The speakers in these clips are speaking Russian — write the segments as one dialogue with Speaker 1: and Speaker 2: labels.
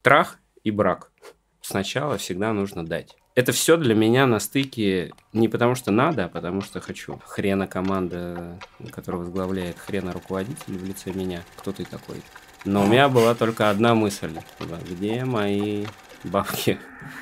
Speaker 1: Трах и брак. Сначала всегда нужно дать. Это все для меня на стыке не потому, что надо, а потому, что хочу. Хрена команда, которая возглавляет хрена руководитель в лице меня. Кто ты такой? Но у меня была только одна мысль. Где мои бабки?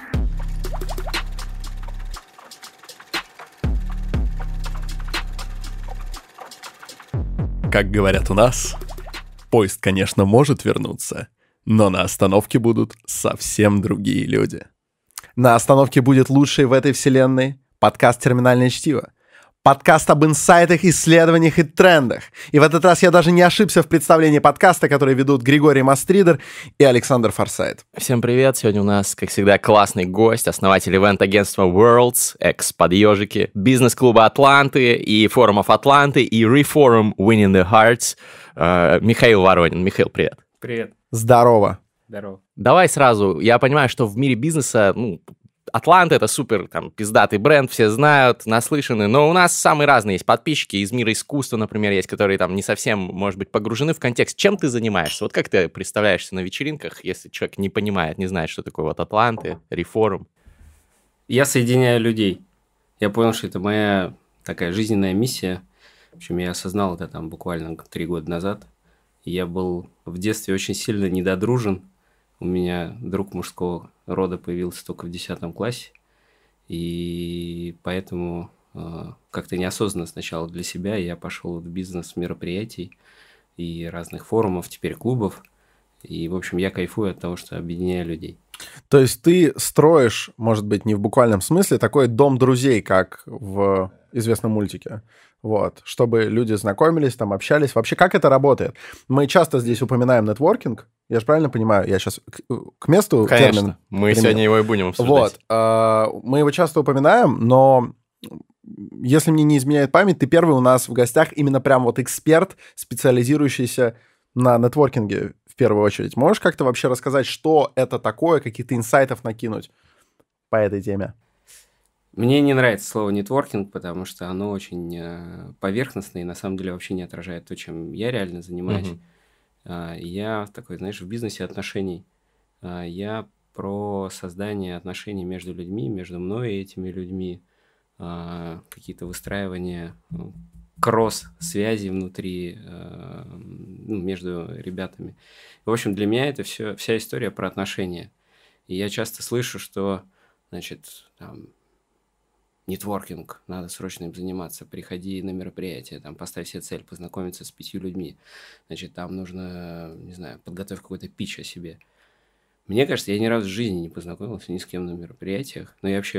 Speaker 2: Как говорят у нас, поезд, конечно, может вернуться, но на остановке будут совсем другие люди. На остановке будет лучший в этой вселенной подкаст «Терминальное чтиво». Подкаст об инсайтах, исследованиях и трендах. И в этот раз я даже не ошибся в представлении подкаста, который ведут Григорий Мастридер и Александр Форсайт.
Speaker 3: Всем привет! Сегодня у нас, как всегда, классный гость, основатель ивент-агентства Worlds, экс-подъежики, бизнес-клуба Атланты и форумов Атланты и Reforum Winning the Hearts Михаил Воронин. Михаил, привет!
Speaker 1: Привет.
Speaker 2: Здорово.
Speaker 1: Здорово.
Speaker 3: Давай сразу. Я понимаю, что в мире бизнеса, Атланта — это супер, пиздатый бренд, все знают, наслышаны, но у нас самые разные есть подписчики из мира искусства, например, есть, которые не совсем, может быть, погружены в контекст. Чем ты занимаешься? Вот как ты представляешься на вечеринках, если человек не понимает, не знает, что такое Атланты, Reforum?
Speaker 1: Я соединяю людей. Я понял, что это моя такая жизненная миссия. В общем, я осознал это буквально 3 года назад. Я был в детстве очень сильно недодружен. У меня друг мужского рода появился только в 10 классе, и поэтому как-то неосознанно сначала для себя я пошел в бизнес мероприятий и разных форумов, теперь клубов, и, в общем, я кайфую от того, что объединяю людей.
Speaker 2: То есть ты строишь, может быть, не в буквальном смысле, такой дом друзей, как в известном мультике. Вот, чтобы люди знакомились, общались. Вообще, как это работает? Мы часто здесь упоминаем нетворкинг. Я же правильно понимаю? Я сейчас к месту
Speaker 3: Конечно.
Speaker 2: термин.
Speaker 3: Мы сегодня его и будем обсуждать.
Speaker 2: Вот. Мы его часто упоминаем, но если мне не изменяет память, ты первый у нас в гостях именно прям эксперт, специализирующийся на нетворкинге в первую очередь. Можешь как-то вообще рассказать, что это такое, каких-то инсайтов накинуть по этой теме?
Speaker 1: Мне не нравится слово нетворкинг, потому что оно очень поверхностное и на самом деле вообще не отражает то, чем я реально занимаюсь. Я такой, в бизнесе отношений. Я про создание отношений между людьми, между мной и этими людьми, какие-то выстраивания кросс-связи внутри, между ребятами. В общем, для меня это вся история про отношения. И я часто слышу, что, нетворкинг, надо срочно им заниматься, приходи на мероприятие, поставь себе цель, познакомиться с 5 людьми, там нужно, подготовь какой-то пич о себе. Мне кажется, я ни разу в жизни не познакомился ни с кем на мероприятиях, но я вообще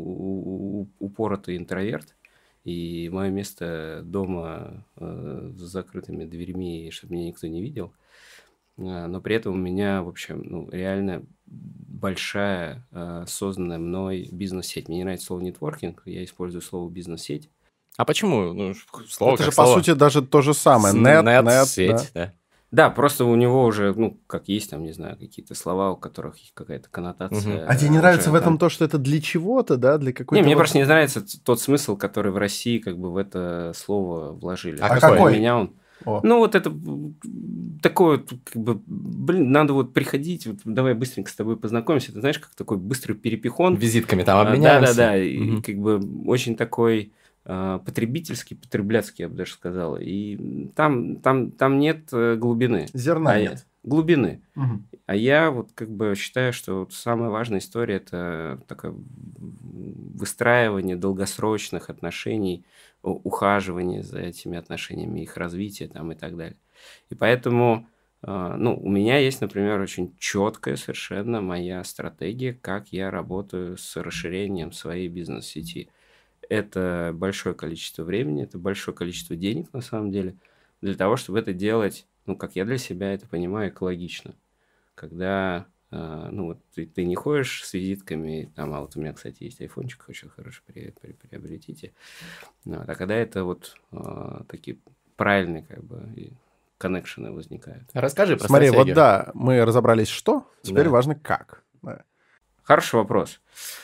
Speaker 1: упоротый интроверт, и мое место дома с закрытыми дверьми, чтобы меня никто не видел. Но при этом у меня, в общем, реально большая созданная мной бизнес-сеть. Мне не нравится слово нетворкинг, я использую слово бизнес-сеть.
Speaker 3: А почему? Слово
Speaker 2: это же,
Speaker 3: слово.
Speaker 2: по сути, даже то же самое.
Speaker 3: Нет-сеть,
Speaker 2: да.
Speaker 1: Да, просто у него уже, как есть какие-то слова, у которых есть какая-то коннотация.
Speaker 2: А тебе не нравится в этом то, что это для чего-то, да? Для какой-то...
Speaker 1: Не, мне просто не нравится тот смысл, который в России в это слово вложили.
Speaker 2: А какой?
Speaker 1: Для меня он... это такое, надо приходить, давай быстренько с тобой познакомимся. Ты знаешь, как такой быстрый перепихон.
Speaker 3: Визитками обменяемся.
Speaker 1: Да. И очень такой потребительский, потребляцкий, я бы даже сказал. И там нет глубины.
Speaker 2: Зерна нет.
Speaker 1: Глубины. А я считаю, что самая важная история – это такое выстраивание долгосрочных отношений, ухаживание за этими отношениями, их развитие и так далее. И поэтому у меня есть, например, очень четкая совершенно моя стратегия, как я работаю с расширением своей бизнес-сети. Это большое количество времени, это большое количество денег, на самом деле, для того, чтобы это делать, как я для себя это понимаю, экологично. Когда ты не ходишь с визитками, а вот у меня, кстати, есть айфончик, очень хороший, приобретите. А когда это такие правильные коннекшены возникают.
Speaker 3: Расскажи про
Speaker 2: стратегию.
Speaker 3: стратегию.
Speaker 2: Мы разобрались, что, теперь важно как. Да.
Speaker 1: Хороший вопрос.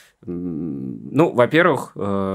Speaker 1: Во-первых,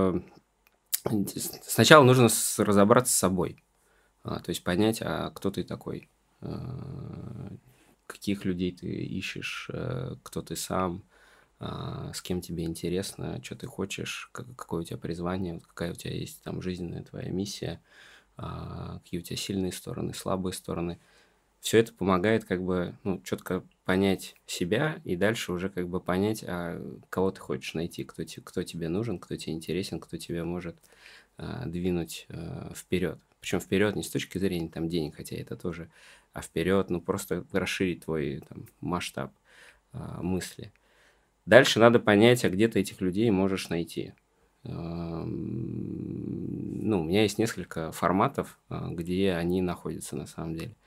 Speaker 1: сначала нужно разобраться с собой. То есть понять, а кто ты такой. каких людей ты ищешь, кто ты сам, с кем тебе интересно, что ты хочешь, какое у тебя призвание, какая у тебя есть там жизненная твоя миссия, какие у тебя сильные стороны, слабые стороны. Все это помогает как бы четко понять себя и дальше уже как бы понять, кого ты хочешь найти, кто тебе нужен, кто тебе интересен, кто тебя может двинуть вперед. Причем вперед не с точки зрения там денег, хотя это тоже, а вперед, просто расширить твой там масштаб мысли. Дальше надо понять, где ты этих людей можешь найти. У меня есть несколько форматов, где они находятся на самом деле.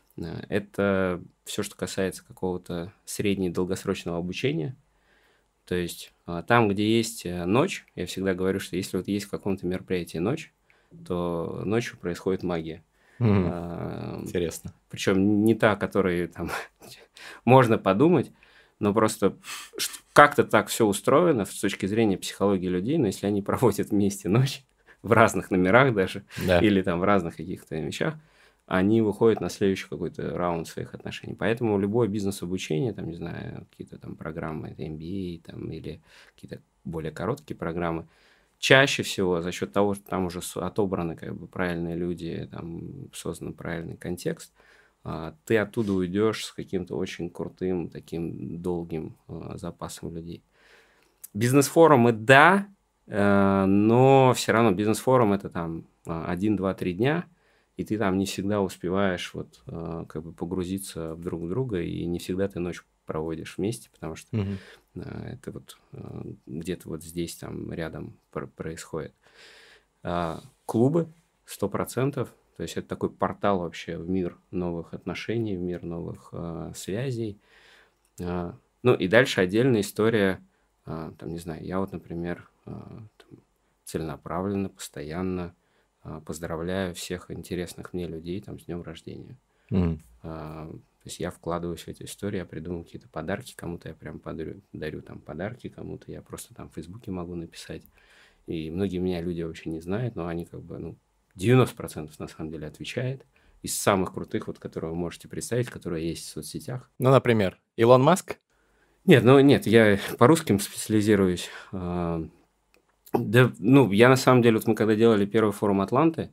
Speaker 1: Это все, что касается какого-то среднего долгосрочного обучения. То есть там, где есть ночь, я всегда говорю, что если вот есть в каком-то мероприятии ночь, то ночью происходит магия.
Speaker 3: Интересно.
Speaker 1: Причем не та, о которой там можно подумать, но просто как-то так все устроено с точки зрения психологии людей, но если они проводят вместе ночь в разных номерах даже, или там в разных каких-то вещах, они выходят на следующий какой-то раунд своих отношений. Поэтому любое бизнес-обучение, там, не знаю, какие-то там программы, это MBA там, или какие-то более короткие программы, чаще всего за счет того, что там уже отобраны как бы правильные люди, там создан правильный контекст, ты оттуда уйдешь с каким-то очень крутым, таким долгим запасом людей. Бизнес-форумы, да, но все равно бизнес-форум это там 1, 2, 3 дня, и ты там не всегда успеваешь вот как бы погрузиться в друг друга, и не всегда ты ночь проводишь вместе, потому что это вот где-то вот здесь там рядом происходит. Клубы 100%, то есть это такой портал вообще в мир новых отношений, в мир новых связей. И дальше отдельная история, там, не знаю, я вот, например, целенаправленно, постоянно поздравляю всех интересных мне людей там с днем рождения. То есть я вкладываюсь в эту историю, я придумал какие-то подарки, кому-то я прям дарю там подарки, кому-то я просто там в Фейсбуке могу написать. И многие меня люди вообще не знают, но они как бы, 90% на самом деле отвечает. Из самых крутых, вот, которые вы можете представить, которые есть в соцсетях.
Speaker 3: Например, Илон Маск?
Speaker 1: Нет, я по русским специализируюсь. Я на самом деле, вот мы когда делали первый форум Атланты,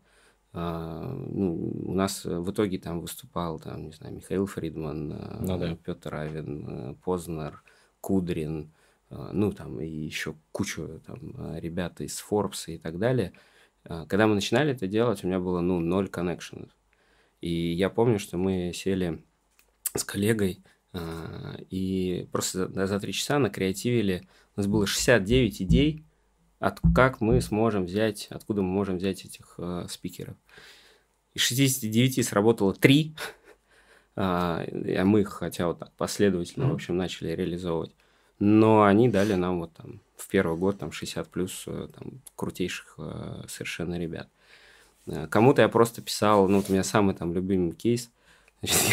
Speaker 1: у нас в итоге там выступал, там, не знаю, Михаил Фридман, Петр Авен, Познер, Кудрин, там и еще кучу там ребят из Forbes и так далее. Когда мы начинали это делать, у меня было, 0 коннекшенов. И я помню, что мы сели с коллегой и просто за 3 часа накреативили. У нас было 69 идей, откуда мы можем взять этих спикеров. Из 69 сработало 3, а мы их, хотя вот так последовательно, в общем, начали реализовывать. Но они дали нам вот там в первый год там 60 плюс там крутейших совершенно ребят. Кому-то я просто писал, у меня самый там любимый кейс. Значит,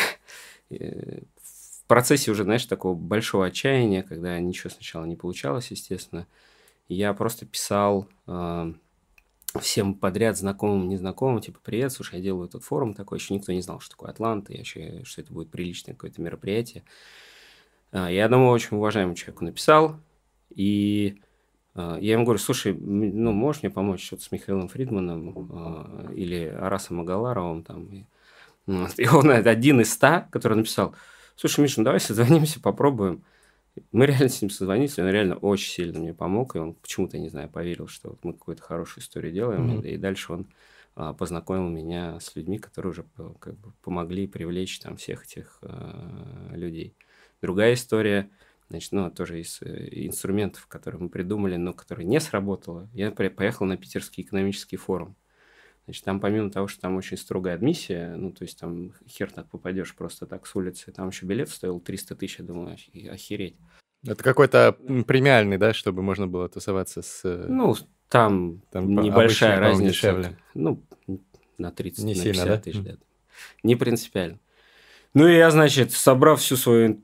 Speaker 1: в процессе уже, знаешь, такого большого отчаяния, когда ничего сначала не получалось, естественно, я просто писал всем подряд, знакомым, незнакомым, типа, привет, слушай, я делаю этот форум такой, еще никто не знал, что такое Атланта, вообще, что это будет приличное какое-то мероприятие. Я одному очень уважаемому человеку написал, и я ему говорю, слушай, можешь мне помочь что-то с Михаилом Фридманом или Арасом Агаларовым там. И он один из 100, который написал, слушай, Миша, давай созвонимся, попробуем. Мы реально с ним созвонились, он реально очень сильно мне помог, и он почему-то, не знаю, поверил, что вот мы какую-то хорошую историю делаем, и дальше он познакомил меня с людьми, которые уже как бы помогли привлечь там всех этих людей. Другая история, значит, тоже из инструментов, которые мы придумали, но которые не сработало, я поехал на Питерский экономический форум. Значит, там помимо того, что там очень строгая адмиссия, то есть там хер так попадешь просто так с улицы, там еще билет стоил 300 тысяч, я думаю, охереть.
Speaker 3: Это какой-то премиальный, да, чтобы можно было тусоваться с...
Speaker 1: Там небольшая разница.
Speaker 3: Дешевле.
Speaker 1: На 30,
Speaker 3: не
Speaker 1: на
Speaker 3: сильно,
Speaker 1: 50
Speaker 3: да?
Speaker 1: тысяч, да. Не принципиально. И я, значит, собрав всю свою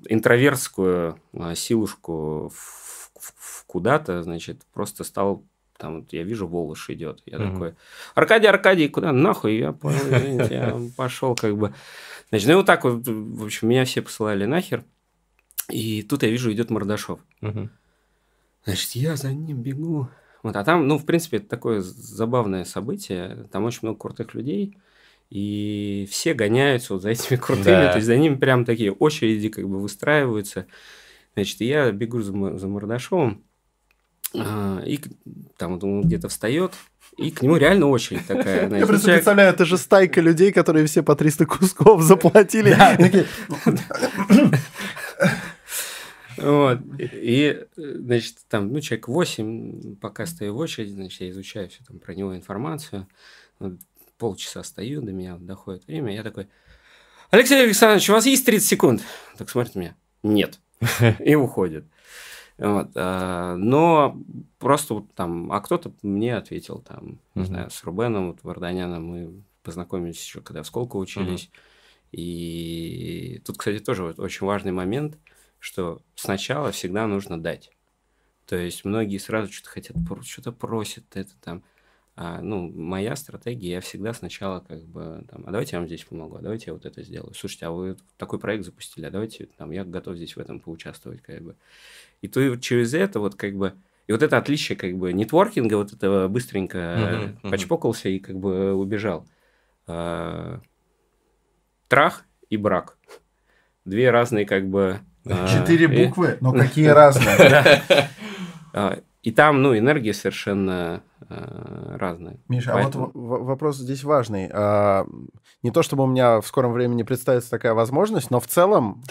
Speaker 1: интровертскую силушку куда-то, значит, просто стал там вот я вижу, Волош идет. Я такой, Аркадий, куда нахуй? Я понял, извините, я пошел как бы. Значит, ну и вот так вот, в общем, меня все посылали нахер. И тут я вижу, идет Мордашов. Значит, я за ним бегу. Вот, а там, ну, в принципе, это такое забавное событие. Там очень много крутых людей. И все гоняются вот за этими крутыми. То есть за ними прям такие очереди как бы выстраиваются. Значит, я бегу за Мордашовым. И там вот он где-то встает. И к нему реально очередь такая.
Speaker 2: Я просто представляю, это же стайка людей, которые все по 300 кусков заплатили.
Speaker 1: Вот. И, значит, там, ну, человек 8, пока стою в очереди, значит, я изучаю все там про него информацию. Вот, полчаса стою, до меня доходит время, я такой, Алексей Александрович, у вас есть 30 секунд? Так смотрит на меня, нет. И уходит. Вот. Но просто вот там, а кто-то мне ответил, там, не знаю, с Рубеном, вот, Варданяном мы познакомились еще, когда в Сколково учились. И тут, кстати, тоже вот очень важный момент, что сначала всегда нужно дать. То есть многие сразу что-то хотят, что-то просят, это там. Ну, моя стратегия, я всегда сначала как бы, там, а давайте я вам здесь помогу, а давайте я вот это сделаю. Слушайте, а вы такой проект запустили, а давайте, там, я готов здесь в этом поучаствовать, как бы. И то через это вот как бы, и вот это отличие как бы нетворкинга, вот этого быстренько почпокался и как бы убежал. Трах и брак. Две разные как бы...
Speaker 2: 4 буквы, но какие разные.
Speaker 1: И там, ну, энергия совершенно разная.
Speaker 2: Миша, поэтому... а вот вопрос здесь важный. Не то, чтобы у меня в скором времени представится такая возможность, но в целом...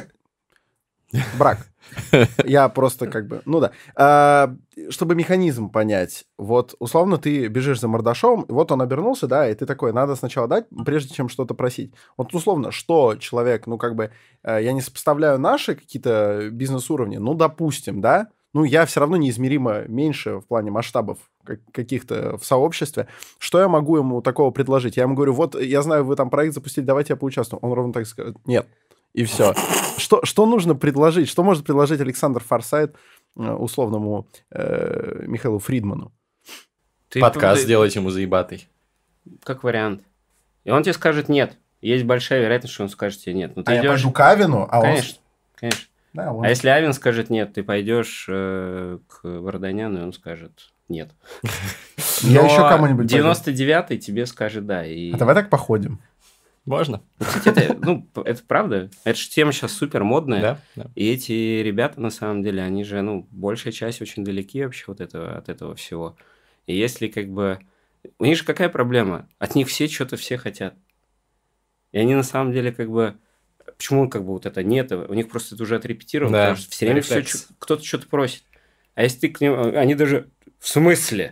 Speaker 2: Брак. Я просто как бы... Ну да. Чтобы механизм понять. Вот, условно, ты бежишь за Мордашовым, и вот он обернулся, да, и ты такой, надо сначала дать, прежде чем что-то просить. Вот, условно, что человек, ну, как бы... Я не сопоставляю наши какие-то бизнес-уровни, ну, допустим, да, ну, я все равно неизмеримо меньше в плане масштабов каких-то в сообществе. Что я могу ему такого предложить? Я ему говорю, вот, я знаю, вы там проект запустили, давайте я поучаствую. Он ровно так скажет, нет. И все. Что нужно предложить? Что может предложить Александр Форсайт условному Михаилу Фридману?
Speaker 3: Подкаст сделать ему заебатый.
Speaker 1: Как вариант. И он тебе скажет нет. Есть большая вероятность, что он скажет тебе нет. Но ты
Speaker 2: идешь... я пойду к Авину, а
Speaker 1: конечно, он... Конечно.
Speaker 2: Да, он...
Speaker 1: А если Авин скажет нет, ты пойдешь к Варданяну, и он скажет нет.
Speaker 2: Я еще кому-нибудь
Speaker 1: 99-й тебе скажет да.
Speaker 2: А давай так походим.
Speaker 3: Можно.
Speaker 1: Кстати, это правда. Это же тема сейчас супер модная.
Speaker 3: Да.
Speaker 1: И эти ребята, на самом деле, они же, ну, большая часть очень далеки вообще от этого всего. И если как бы... У них же какая проблема? От них все хотят. И они на самом деле как бы... Почему как бы вот это нет? У них просто это уже отрепетировано,
Speaker 3: да,
Speaker 1: потому что все время кто-то что-то просит. А если ты к ним... Они даже... В смысле?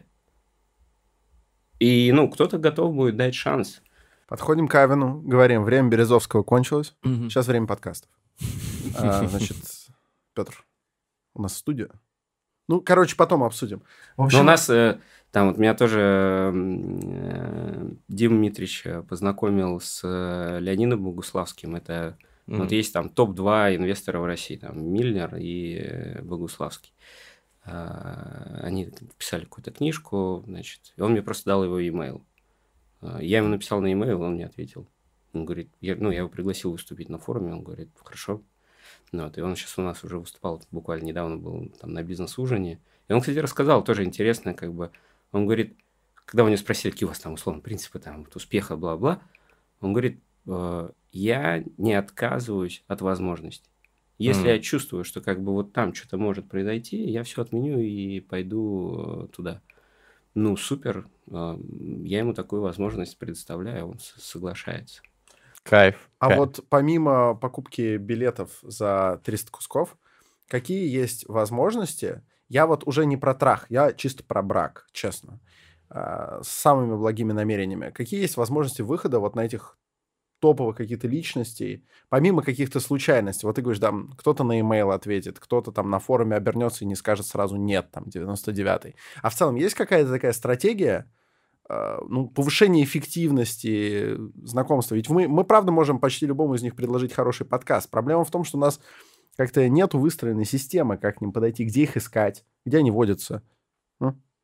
Speaker 1: И, ну, кто-то готов будет дать шанс.
Speaker 2: Подходим к Авину, говорим, время Березовского кончилось, сейчас время подкастов. Значит, Петр, у нас студия. Ну, короче, потом обсудим.
Speaker 1: В общем... Но у нас, там вот меня тоже Дима Митрич познакомил с Леонидом Богуславским. Это вот есть там топ-2 инвестора в России, там Мильнер и Богуславский. Они писали какую-то книжку, значит, и он мне просто дал его e-mail. Я ему написал на e-mail, он мне ответил. Он говорит, я его пригласил выступить на форуме, он говорит, хорошо. Вот, и он сейчас у нас уже выступал, буквально недавно был там на бизнес-ужине. И он, кстати, рассказал, тоже интересно, как бы, он говорит, когда у него спросили, какие у вас там, условно, принципы там, вот, успеха, бла-бла, он говорит, я не отказываюсь от возможностти. Если я чувствую, что как бы вот там что-то может произойти, я все отменю и пойду туда. Ну, супер, я ему такую возможность предоставляю, он соглашается.
Speaker 3: Кайф.
Speaker 2: А вот помимо покупки билетов за 300 кусков, какие есть возможности? Я вот уже не про трах, я чисто про брак, честно. С самыми благими намерениями. Какие есть возможности выхода вот на этих топовых каких-то личностей, помимо каких-то случайностей? Вот ты говоришь, там, кто-то на e-mail ответит, кто-то там на форуме обернется и не скажет сразу «нет», там, 99-й. А в целом есть какая-то такая стратегия, ну, повышение эффективности знакомства? Ведь мы правда можем почти любому из них предложить хороший подкаст. Проблема в том, что у нас как-то нету выстроенной системы, как к ним подойти, где их искать, где они водятся.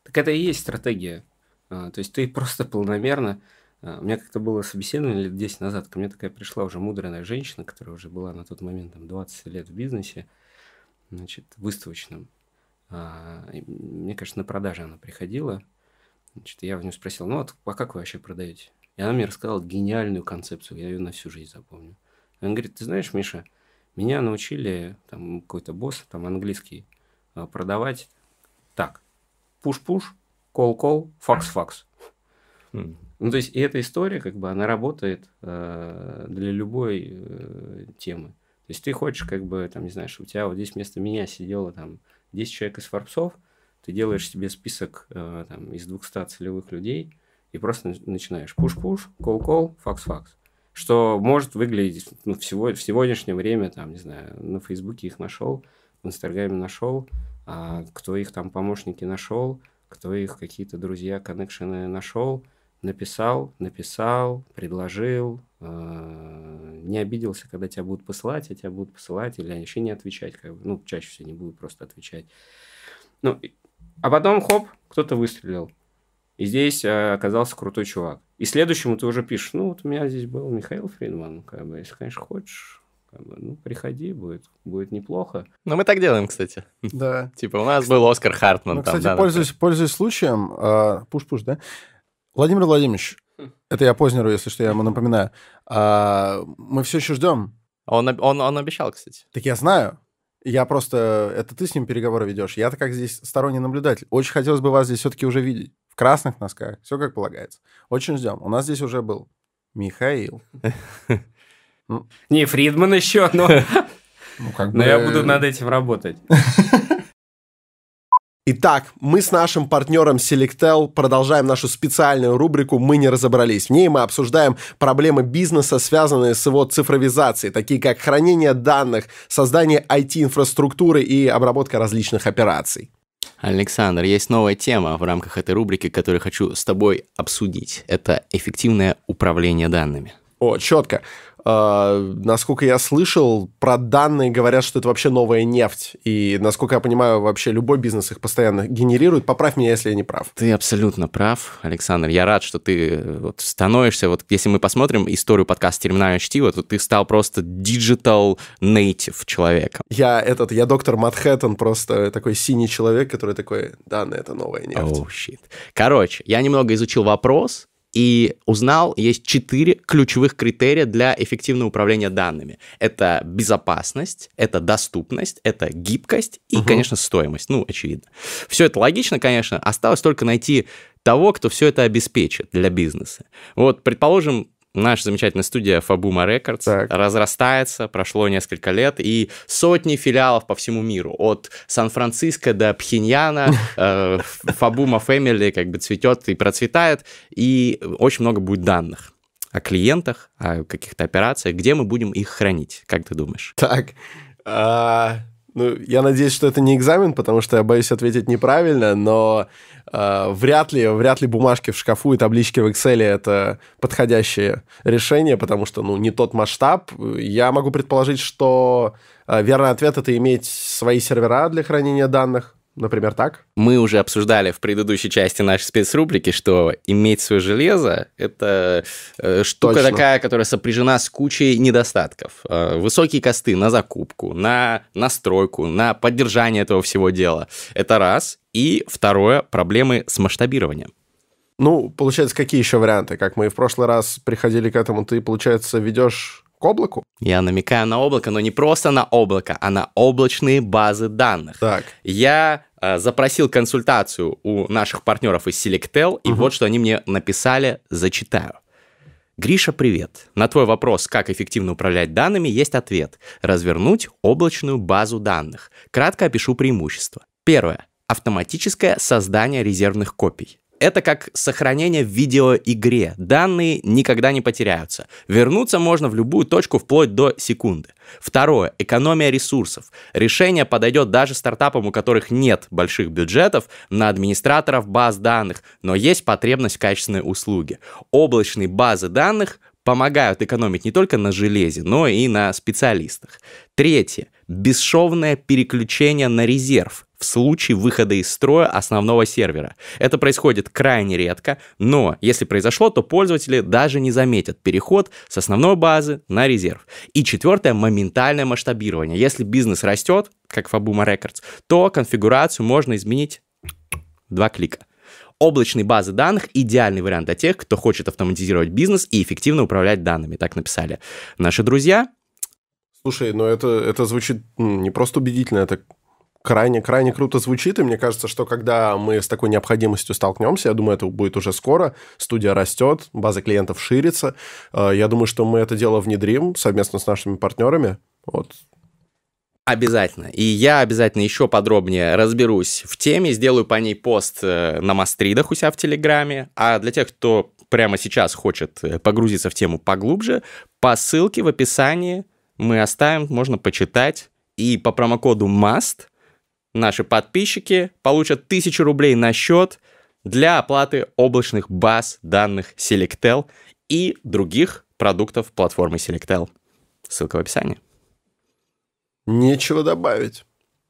Speaker 1: Так это и есть стратегия. То есть ты просто планомерно... У меня как-то было собеседование лет 10 назад. Ко мне такая пришла уже мудрая женщина, которая уже была на тот момент 20 лет в бизнесе, значит, выставочном. И мне кажется, на продаже она приходила. Значит, я в нее спросил, ну, а как вы вообще продаете? И она мне рассказала гениальную концепцию, я ее на всю жизнь запомню. Она говорит, ты знаешь, Миша, меня научили, там, какой-то босс, там, английский, продавать так. Пуш-пуш, кол-кол, факс-факс. Ну, то есть, и эта история, как бы, она работает для любой темы. То есть, ты хочешь, как бы, там, не знаю, что у тебя вот здесь вместо меня сидело, там, 10 человек из Форбсов, ты делаешь себе список там, из 200 целевых людей и просто начинаешь пуш-пуш, кол-кол, факс-факс. Что может выглядеть в сегодняшнее время, там, не знаю, на Фейсбуке их нашел, в Инстаграме нашел, а кто их там помощники нашел, кто их какие-то друзья, коннекшены нашел, написал, предложил, не обиделся, когда тебя будут посылать, а тебя будут посылать или вообще не отвечать, как бы, ну, чаще всего не будут просто отвечать. Ну, а потом, хоп, кто-то выстрелил. И здесь оказался крутой чувак. И следующему ты уже пишешь, ну, вот у меня здесь был Михаил Фридман, как бы, если, конечно, хочешь, как бы, ну, приходи, будет неплохо.
Speaker 3: Ну, мы так делаем, кстати.
Speaker 2: Да.
Speaker 3: Типа у нас был Оскар Хартман.
Speaker 2: Ну, кстати, пользуясь случаем, пуш-пуш, да? Владимир Владимирович, это я Познеру, если что, я ему напоминаю, мы все еще ждем.
Speaker 3: Он обещал, кстати.
Speaker 2: Так я знаю. Я просто... Это ты с ним переговоры ведешь. Я-то как здесь сторонний наблюдатель. Очень хотелось бы вас здесь все-таки уже видеть. В красных носках. Все как полагается. Очень ждем. У нас здесь уже был Михаил.
Speaker 1: Не, Фридман еще, но я буду над этим работать.
Speaker 2: Итак, мы с нашим партнером Selectel продолжаем нашу специальную рубрику «Мы не разобрались». В ней мы обсуждаем проблемы бизнеса, связанные с его цифровизацией, такие как хранение данных, создание IT-инфраструктуры и обработка различных операций.
Speaker 3: Александр, есть новая тема в рамках этой рубрики, которую хочу с тобой обсудить. Это эффективное управление данными.
Speaker 2: О, четко. Насколько я слышал, про данные говорят, что это вообще новая нефть. И, насколько я понимаю, вообще любой бизнес их постоянно генерирует. Поправь меня, если я не прав.
Speaker 3: Ты абсолютно прав, Александр. Я рад, что ты вот становишься... Вот если мы посмотрим историю подкаста «Терминальное чтиво», то ты стал просто digital native человеком.
Speaker 2: Я доктор Манхэттен, просто такой синий человек, который такой, данные — это новая нефть.
Speaker 3: Oh, shit. Короче, я немного изучил вопрос, и узнал, есть 4 ключевых критерия для эффективного управления данными. Это безопасность, это доступность, это гибкость и, конечно, стоимость. Ну, очевидно. Все это логично, конечно. Осталось только найти того, кто все это обеспечит для бизнеса. Вот, предположим, наша замечательная студия Fabuma Records разрастается, прошло несколько лет, и сотни филиалов по всему миру. От Сан-Франциско до Пхеньяна Fabuma Family как бы цветет и процветает, и очень много будет данных о клиентах, о каких-то операциях. Где мы будем их хранить? Как ты думаешь?
Speaker 2: Так, ну, я надеюсь, что это не экзамен, потому что я боюсь ответить неправильно, но вряд ли бумажки в шкафу и таблички в Excel это подходящее решение, потому что, ну, не тот масштаб. Я могу предположить, что верный ответ — это иметь свои сервера для хранения данных. Например, так?
Speaker 3: Мы уже обсуждали в предыдущей части нашей спецрубрики, что иметь свое железо — это штука такая, которая сопряжена с кучей недостатков. Высокие косты на закупку, на настройку, на поддержание этого всего дела. Это раз. И второе — проблемы с масштабированием.
Speaker 2: Ну, получается, какие еще варианты? Как мы в прошлый раз приходили к этому, ты, получается, ведешь к облаку?
Speaker 3: Я намекаю на облако, но не просто на облако, а на облачные базы данных.
Speaker 2: Так.
Speaker 3: Я запросил консультацию у наших партнеров из Selectel, и вот что они мне написали, зачитаю. Гриша, привет. На твой вопрос, как эффективно управлять данными, есть ответ. Развернуть облачную базу данных. Кратко опишу преимущества. Первое. Автоматическое создание резервных копий. Это как сохранение в видеоигре. Данные никогда не потеряются. Вернуться можно в любую точку вплоть до секунды. Второе. Экономия ресурсов. Решение подойдет даже стартапам, у которых нет больших бюджетов на администраторов баз данных, но есть потребность в качественной услуге. Облачные базы данных помогают экономить не только на железе, но и на специалистах. Третье. Бесшовное переключение на резерв. в случае выхода из строя основного сервера. Это происходит крайне редко, но если произошло, то пользователи даже не заметят переход с основной базы на резерв. И четвертое — моментальное масштабирование. Если бизнес растет, как Fabuma Records, то конфигурацию можно изменить в 2 клика. Облачные базы данных — идеальный вариант для тех, кто хочет автоматизировать бизнес и эффективно управлять данными, так написали наши друзья.
Speaker 2: Слушай, но это звучит не просто убедительно, это крайне круто звучит, и мне кажется, что когда мы с такой необходимостью столкнемся, я думаю, это будет уже скоро, студия растет, база клиентов ширится, я думаю, что мы это дело внедрим совместно с нашими партнерами. Вот.
Speaker 3: Обязательно. И я обязательно еще подробнее разберусь в теме, сделаю по ней пост на Мастридах у себя в Телеграме. А для тех, кто прямо сейчас хочет погрузиться в тему поглубже, по ссылке в описании мы оставим, можно почитать. И по промокоду MAST наши подписчики получат 1000 рублей на счет для оплаты облачных баз данных Selectel и других продуктов платформы Selectel. Ссылка в описании.
Speaker 2: Нечего добавить.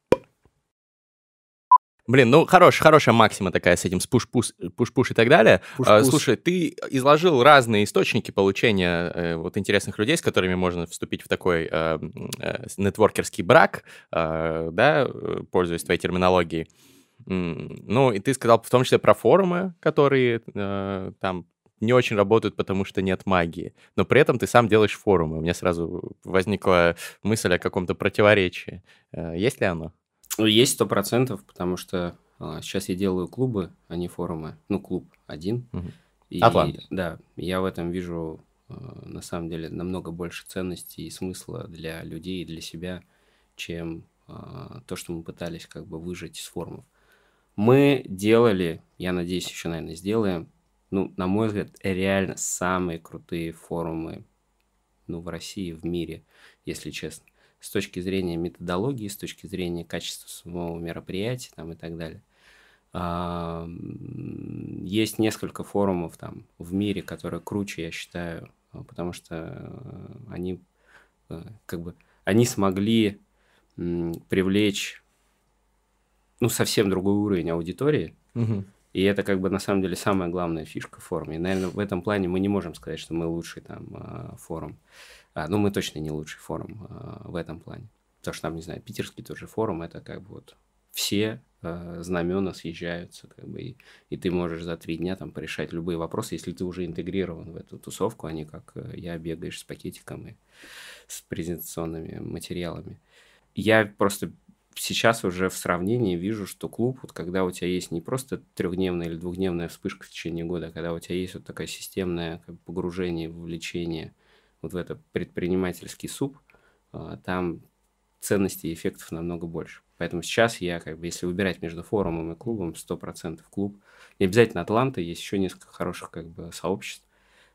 Speaker 3: Блин, ну хорошая максима такая с этим пуш-пуш и так далее.
Speaker 2: Пуш-пуш.
Speaker 3: Слушай, ты изложил разные источники получения вот интересных людей, с которыми можно вступить в такой нетворкерский брак, да, пользуясь твоей терминологией. Ну, и ты сказал в том числе про форумы, которые там не очень работают, потому что нет магии. Но при этом ты сам делаешь форумы. У меня сразу возникла мысль о каком-то противоречии. Есть ли оно?
Speaker 1: Есть 100%, потому что сейчас я делаю клубы, а не форумы. Ну, клуб один. И,
Speaker 3: Атлант.
Speaker 1: да, я в этом вижу, на самом деле, намного больше ценностей и смысла для людей и для себя, чем то, что мы пытались как бы выжать из форумов. Мы делали, я надеюсь, еще, наверное, сделаем, ну, на мой взгляд, реально самые крутые форумы, ну, в России, в мире, если честно. С точки зрения методологии, с точки зрения качества самого мероприятия там, и так далее. Есть несколько форумов там в мире, которые круче, я считаю, потому что они как бы они смогли привлечь ну, совсем другой уровень аудитории. И это как бы на самом деле самая главная фишка в форуме. И, наверное, в этом плане мы не можем сказать, что мы лучший там форум. Ну, мы точно не лучший форум в этом плане. Потому что там, не знаю, питерский тот же форум, это как бы вот все знамена съезжаются, как бы, и ты можешь за 3 дня там порешать любые вопросы, если ты уже интегрирован в эту тусовку, а не как я бегаешь с пакетиком и с презентационными материалами. Я просто сейчас уже в сравнении вижу, что клуб, вот когда у тебя есть не просто 3-дневная или 2-дневная вспышка в течение года, а когда у тебя есть вот такое системное как бы погружение, вовлечение вот в это предпринимательский суп, там ценностей и эффектов намного больше. Поэтому сейчас я, как бы, если выбирать между форумом и клубом, 100% клуб. Не обязательно Атланта, есть еще несколько хороших как бы сообществ,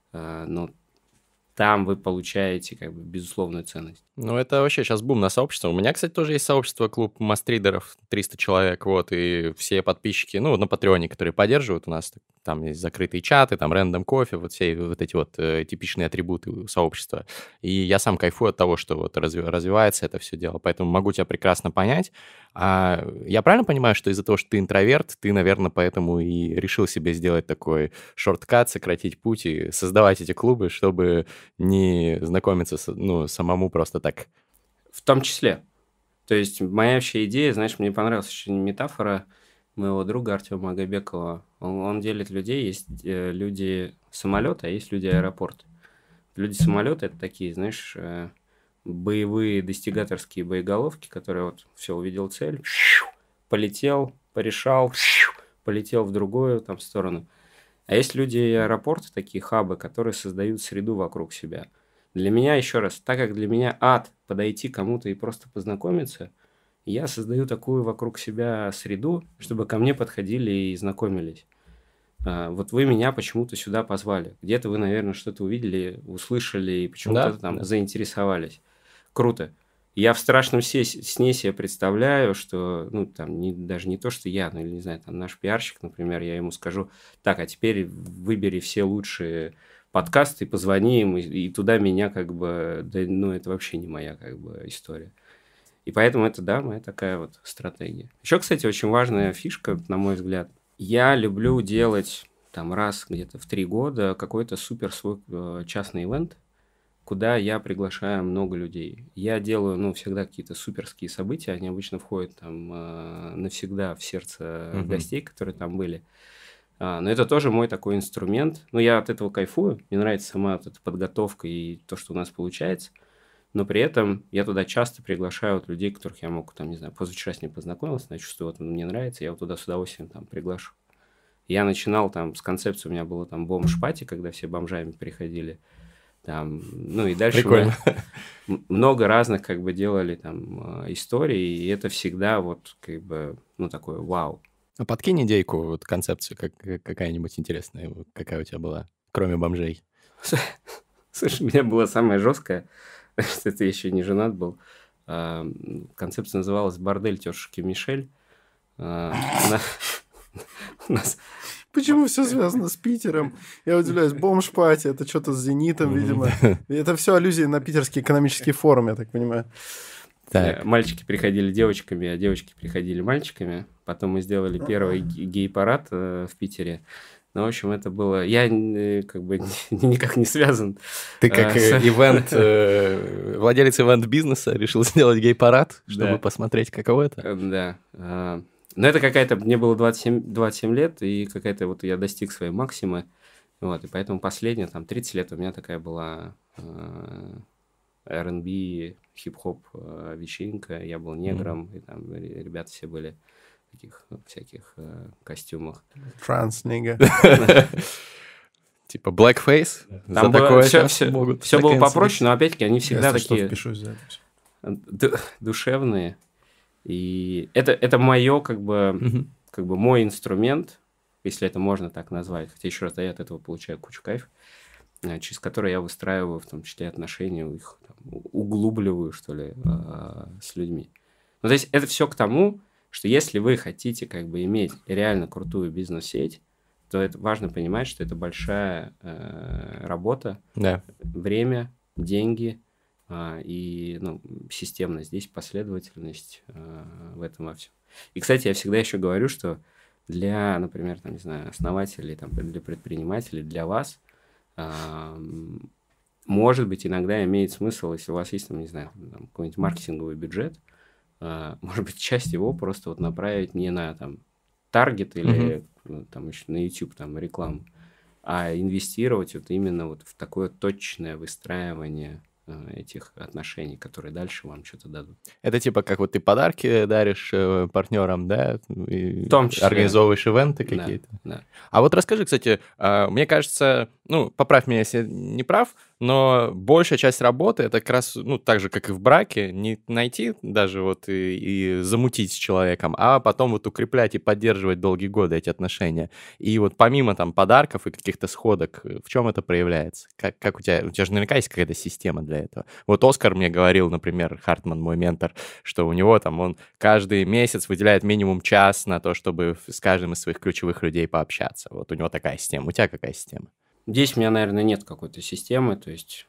Speaker 1: но там вы получаете как бы безусловную ценность.
Speaker 3: Ну, это вообще сейчас бум на сообщество. У меня, кстати, тоже есть сообщество, клуб мастридеров, 300 человек, вот, и все подписчики, ну, на Патреоне, которые поддерживают у нас, там есть закрытые чаты, там рандом кофе, вот все вот эти вот типичные атрибуты сообщества. И я сам кайфую от того, что вот развивается это все дело, поэтому могу тебя прекрасно понять. А я правильно понимаю, что из-за того, что ты интроверт, ты, наверное, поэтому и решил себе сделать такой шорткат, сократить путь и создавать эти клубы, чтобы не знакомиться самому просто так?
Speaker 1: В том числе. То есть моя вообще идея, знаешь, мне понравилась очень метафора моего друга Артема Агайбекова. Он делит людей, есть люди самолета, а есть люди аэропорта. Люди самолета — это такие, знаешь, боевые достигаторские боеголовки, которые вот все, увидел цель, полетел, порешал, полетел в другую там сторону. А есть люди аэропорта, такие хабы, которые создают среду вокруг себя. Для меня, еще раз, так как для меня ад подойти кому-то и просто познакомиться, я создаю такую вокруг себя среду, чтобы ко мне подходили и знакомились. Вот вы меня почему-то сюда позвали. Где-то вы, наверное, что-то увидели, услышали и почему-то там заинтересовались. Круто. Я в страшном сне себе представляю, что, ну, там, даже не то, что я, ну, или, не знаю, там, наш пиарщик, например, я ему скажу, так, а теперь выбери все лучшие подкасты, позвони им, и туда меня, как бы, да, ну, это вообще не моя, как бы, история. И поэтому это, да, моя такая вот стратегия. Еще, кстати, очень важная фишка, на мой взгляд. Я люблю делать там раз где-то в 3 года какой-то супер свой частный ивент, куда я приглашаю много людей. Я делаю, ну, всегда какие-то суперские события, они обычно входят там навсегда в сердце гостей, которые там были. Но это тоже мой такой инструмент. Ну, я от этого кайфую, мне нравится сама вот эта подготовка и то, что у нас получается. Но при этом я туда часто приглашаю вот людей, которых я мог, там, не знаю, позавчера с ним познакомился, я чувствую, вот он мне нравится, я вот туда с удовольствием там приглашу. Я начинал там с концепции, у меня было там бомж-пати, когда все бомжами приходили. Там, ну и дальше
Speaker 3: Прикольно.
Speaker 1: мы много разных как бы делали там историй, и это всегда вот как бы, ну, такое вау.
Speaker 3: А подкинь идейку, вот концепцию какая-нибудь интересная, вот какая у тебя была, кроме бомжей.
Speaker 1: Слушай, у меня была самая жесткая, что это я еще не женат был. Концепция называлась «Бордель тёщушки Мишель». У нас
Speaker 2: Почему все связано с Питером? Я удивляюсь, бомж-пати, это что-то с «Зенитом», видимо. Это все аллюзии на Питерский экономический форум, я так понимаю.
Speaker 3: Так.
Speaker 1: мальчики приходили девочками, а девочки приходили мальчиками. Потом мы сделали первый гей-парад в Питере. Ну, в общем, это было... Я как бы никак не связан.
Speaker 3: Ты как владелец ивент-бизнеса решил сделать гей-парад, чтобы посмотреть, каково это?
Speaker 1: Да. Но это какая-то... Мне было 27 лет, и какая-то вот я достиг своей максимы. Вот, и поэтому последние, там, 30 лет у меня такая была R&B, хип-хоп вечеринка. Я был негром, и там ребята все были в таких всяких костюмах.
Speaker 2: Транс-нига.
Speaker 3: Типа blackface?
Speaker 1: Там все было попроще, но опять-таки они всегда такие душевные. И это мое, как бы мой инструмент, если это можно так назвать. Хотя еще раз, я от этого получаю кучу кайфа, через который я выстраиваю в том числе отношения, их там, углубливаю, что ли, с людьми. Ну, то есть это все к тому, что если вы хотите как бы иметь реально крутую бизнес-сеть, то это важно понимать, что это большая работа, время, деньги и системность, здесь последовательность в этом во всем. И, кстати, я всегда еще говорю, что для, например, там, не знаю, основателей, там, для предпринимателей, для вас, может быть, иногда имеет смысл, если у вас есть, там, не знаю, там, какой-нибудь маркетинговый бюджет, может быть, часть его просто вот направить не на там таргет или там еще на YouTube там рекламу, а инвестировать вот именно вот в такое точное выстраивание этих отношений, которые дальше вам что-то дадут.
Speaker 3: Это типа как вот ты подарки даришь партнерам, да? И
Speaker 1: в том числе.
Speaker 3: Организовываешь ивенты какие-то.
Speaker 1: Да.
Speaker 3: А вот расскажи, кстати, мне кажется, поправь меня, если не прав, но большая часть работы это как раз, так же, как и в браке, не найти даже вот и замутить с человеком, а потом вот укреплять и поддерживать долгие годы эти отношения. И вот помимо там подарков и каких-то сходок, в чем это проявляется? Как у тебя же наверняка есть какая-то система для этого. Вот Оскар мне говорил, например, Хартман, мой ментор, что у него там он каждый месяц выделяет минимум час на то, чтобы с каждым из своих ключевых людей пообщаться. Вот у него такая система. У тебя какая система?
Speaker 1: Здесь у меня, наверное, нет какой-то системы, то есть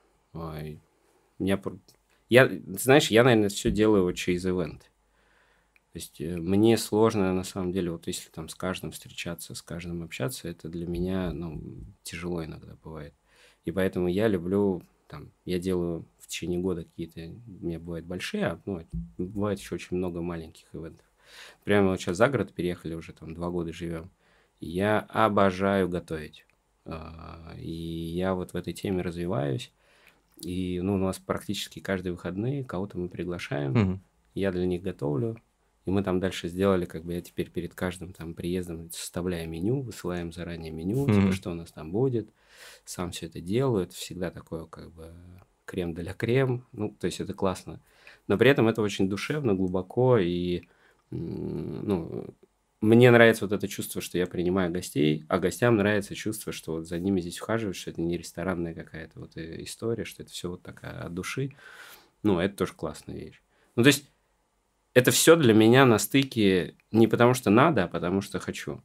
Speaker 1: знаешь, я, наверное, все делаю вот через ивент. То есть мне сложно, на самом деле, вот если там с каждым встречаться, с каждым общаться, это для меня, тяжело иногда бывает. И поэтому я люблю, я делаю в течение года какие-то, у меня бывают большие, бывает еще очень много маленьких ивентов. Прямо вот сейчас за город переехали, уже там 2 года живем. Я обожаю готовить. И я вот в этой теме развиваюсь. И у нас практически каждые выходные кого-то мы приглашаем. Я для них готовлю. И мы там дальше сделали, я теперь перед каждым там приездом составляю меню, высылаем заранее меню, типа, что у нас там будет. Сам все это делаю. Это всегда такое, крем де ля крем. То есть это классно. Но при этом это очень душевно, глубоко. И, мне нравится вот это чувство, что я принимаю гостей, а гостям нравится чувство, что вот за ними здесь ухаживают, что это не ресторанная какая-то вот история, что это все вот такая от души. Это тоже классная вещь. То есть это все для меня на стыке не потому что надо, а потому что хочу.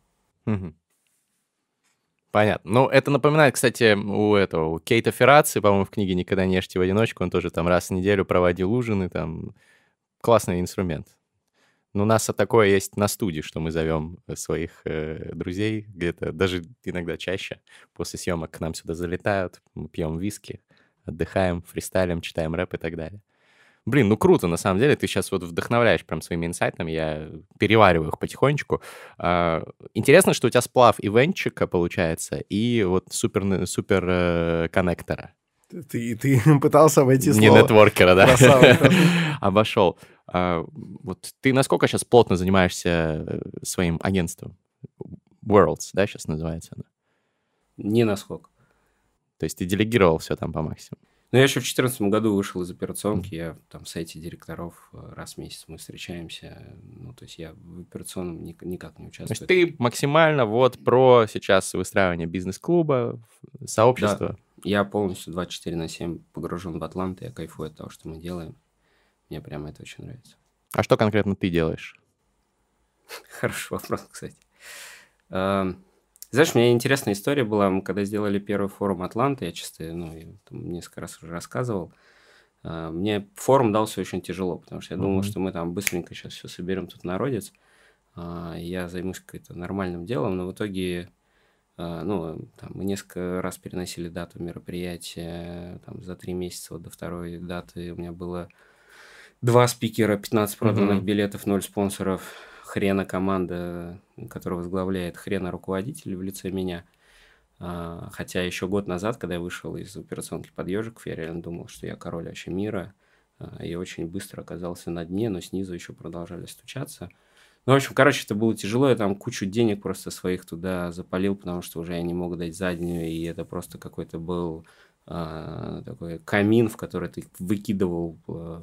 Speaker 3: Понятно. Это напоминает, кстати, у Кейта Ферраци, по-моему, в книге «Никогда не ешьте в одиночку», он тоже там раз в неделю проводил ужины, там классный инструмент. Ну, у нас такое есть на студии, что мы зовем своих друзей где-то, даже иногда чаще, после съемок к нам сюда залетают, мы пьем виски, отдыхаем, фристайлим, читаем рэп и так далее. Блин, ну круто, на самом деле, ты сейчас вот вдохновляешь прям своими инсайтами, я перевариваю их потихонечку. Интересно, что у тебя сплав ивентчика получается и вот супер коннектора.
Speaker 2: Ты пытался обойти
Speaker 3: Не
Speaker 2: слово.
Speaker 3: нетворкера, да?
Speaker 2: Красава.
Speaker 3: Обошел. Вот ты насколько сейчас плотно занимаешься своим агентством? Worlds, да, сейчас называется оно?
Speaker 1: Не насколько.
Speaker 3: То есть ты делегировал все там по максимуму?
Speaker 1: Ну, я еще в 2014 году вышел из операционки, я там в сайте директоров раз в месяц мы встречаемся, ну, то есть я в операционном никак не участвую.
Speaker 3: То есть ты максимально вот про сейчас выстраивание бизнес-клуба, сообщества?
Speaker 1: Да, я полностью 24/7 погружен в Атлант, я кайфую от того, что мы делаем. Мне прямо это очень нравится.
Speaker 3: А что конкретно ты делаешь?
Speaker 1: Хороший вопрос, кстати. Знаешь, у меня интересная история была. Мы когда сделали первый форум Атланты, я чисто, я там несколько раз уже рассказывал, мне форум дался очень тяжело, потому что я думал, что мы там быстренько сейчас все соберем тут народец, я займусь каким-то нормальным делом, но в итоге, там, мы несколько раз переносили дату мероприятия, там, за 3 месяца вот до второй даты у меня было 2 спикера, 15 проданных билетов, 0 спонсоров, хрена команда, которая возглавляет хрена руководитель в лице меня. Хотя еще год назад, когда я вышел из операционки под ежиков, я реально думал, что я король вообще мира. И очень быстро оказался на дне, но снизу еще продолжали стучаться. Ну, в общем, короче, это было тяжело. Я там кучу денег просто своих туда запалил, потому что уже я не мог дать заднюю. И это просто какой-то был такой камин, в который ты выкидывал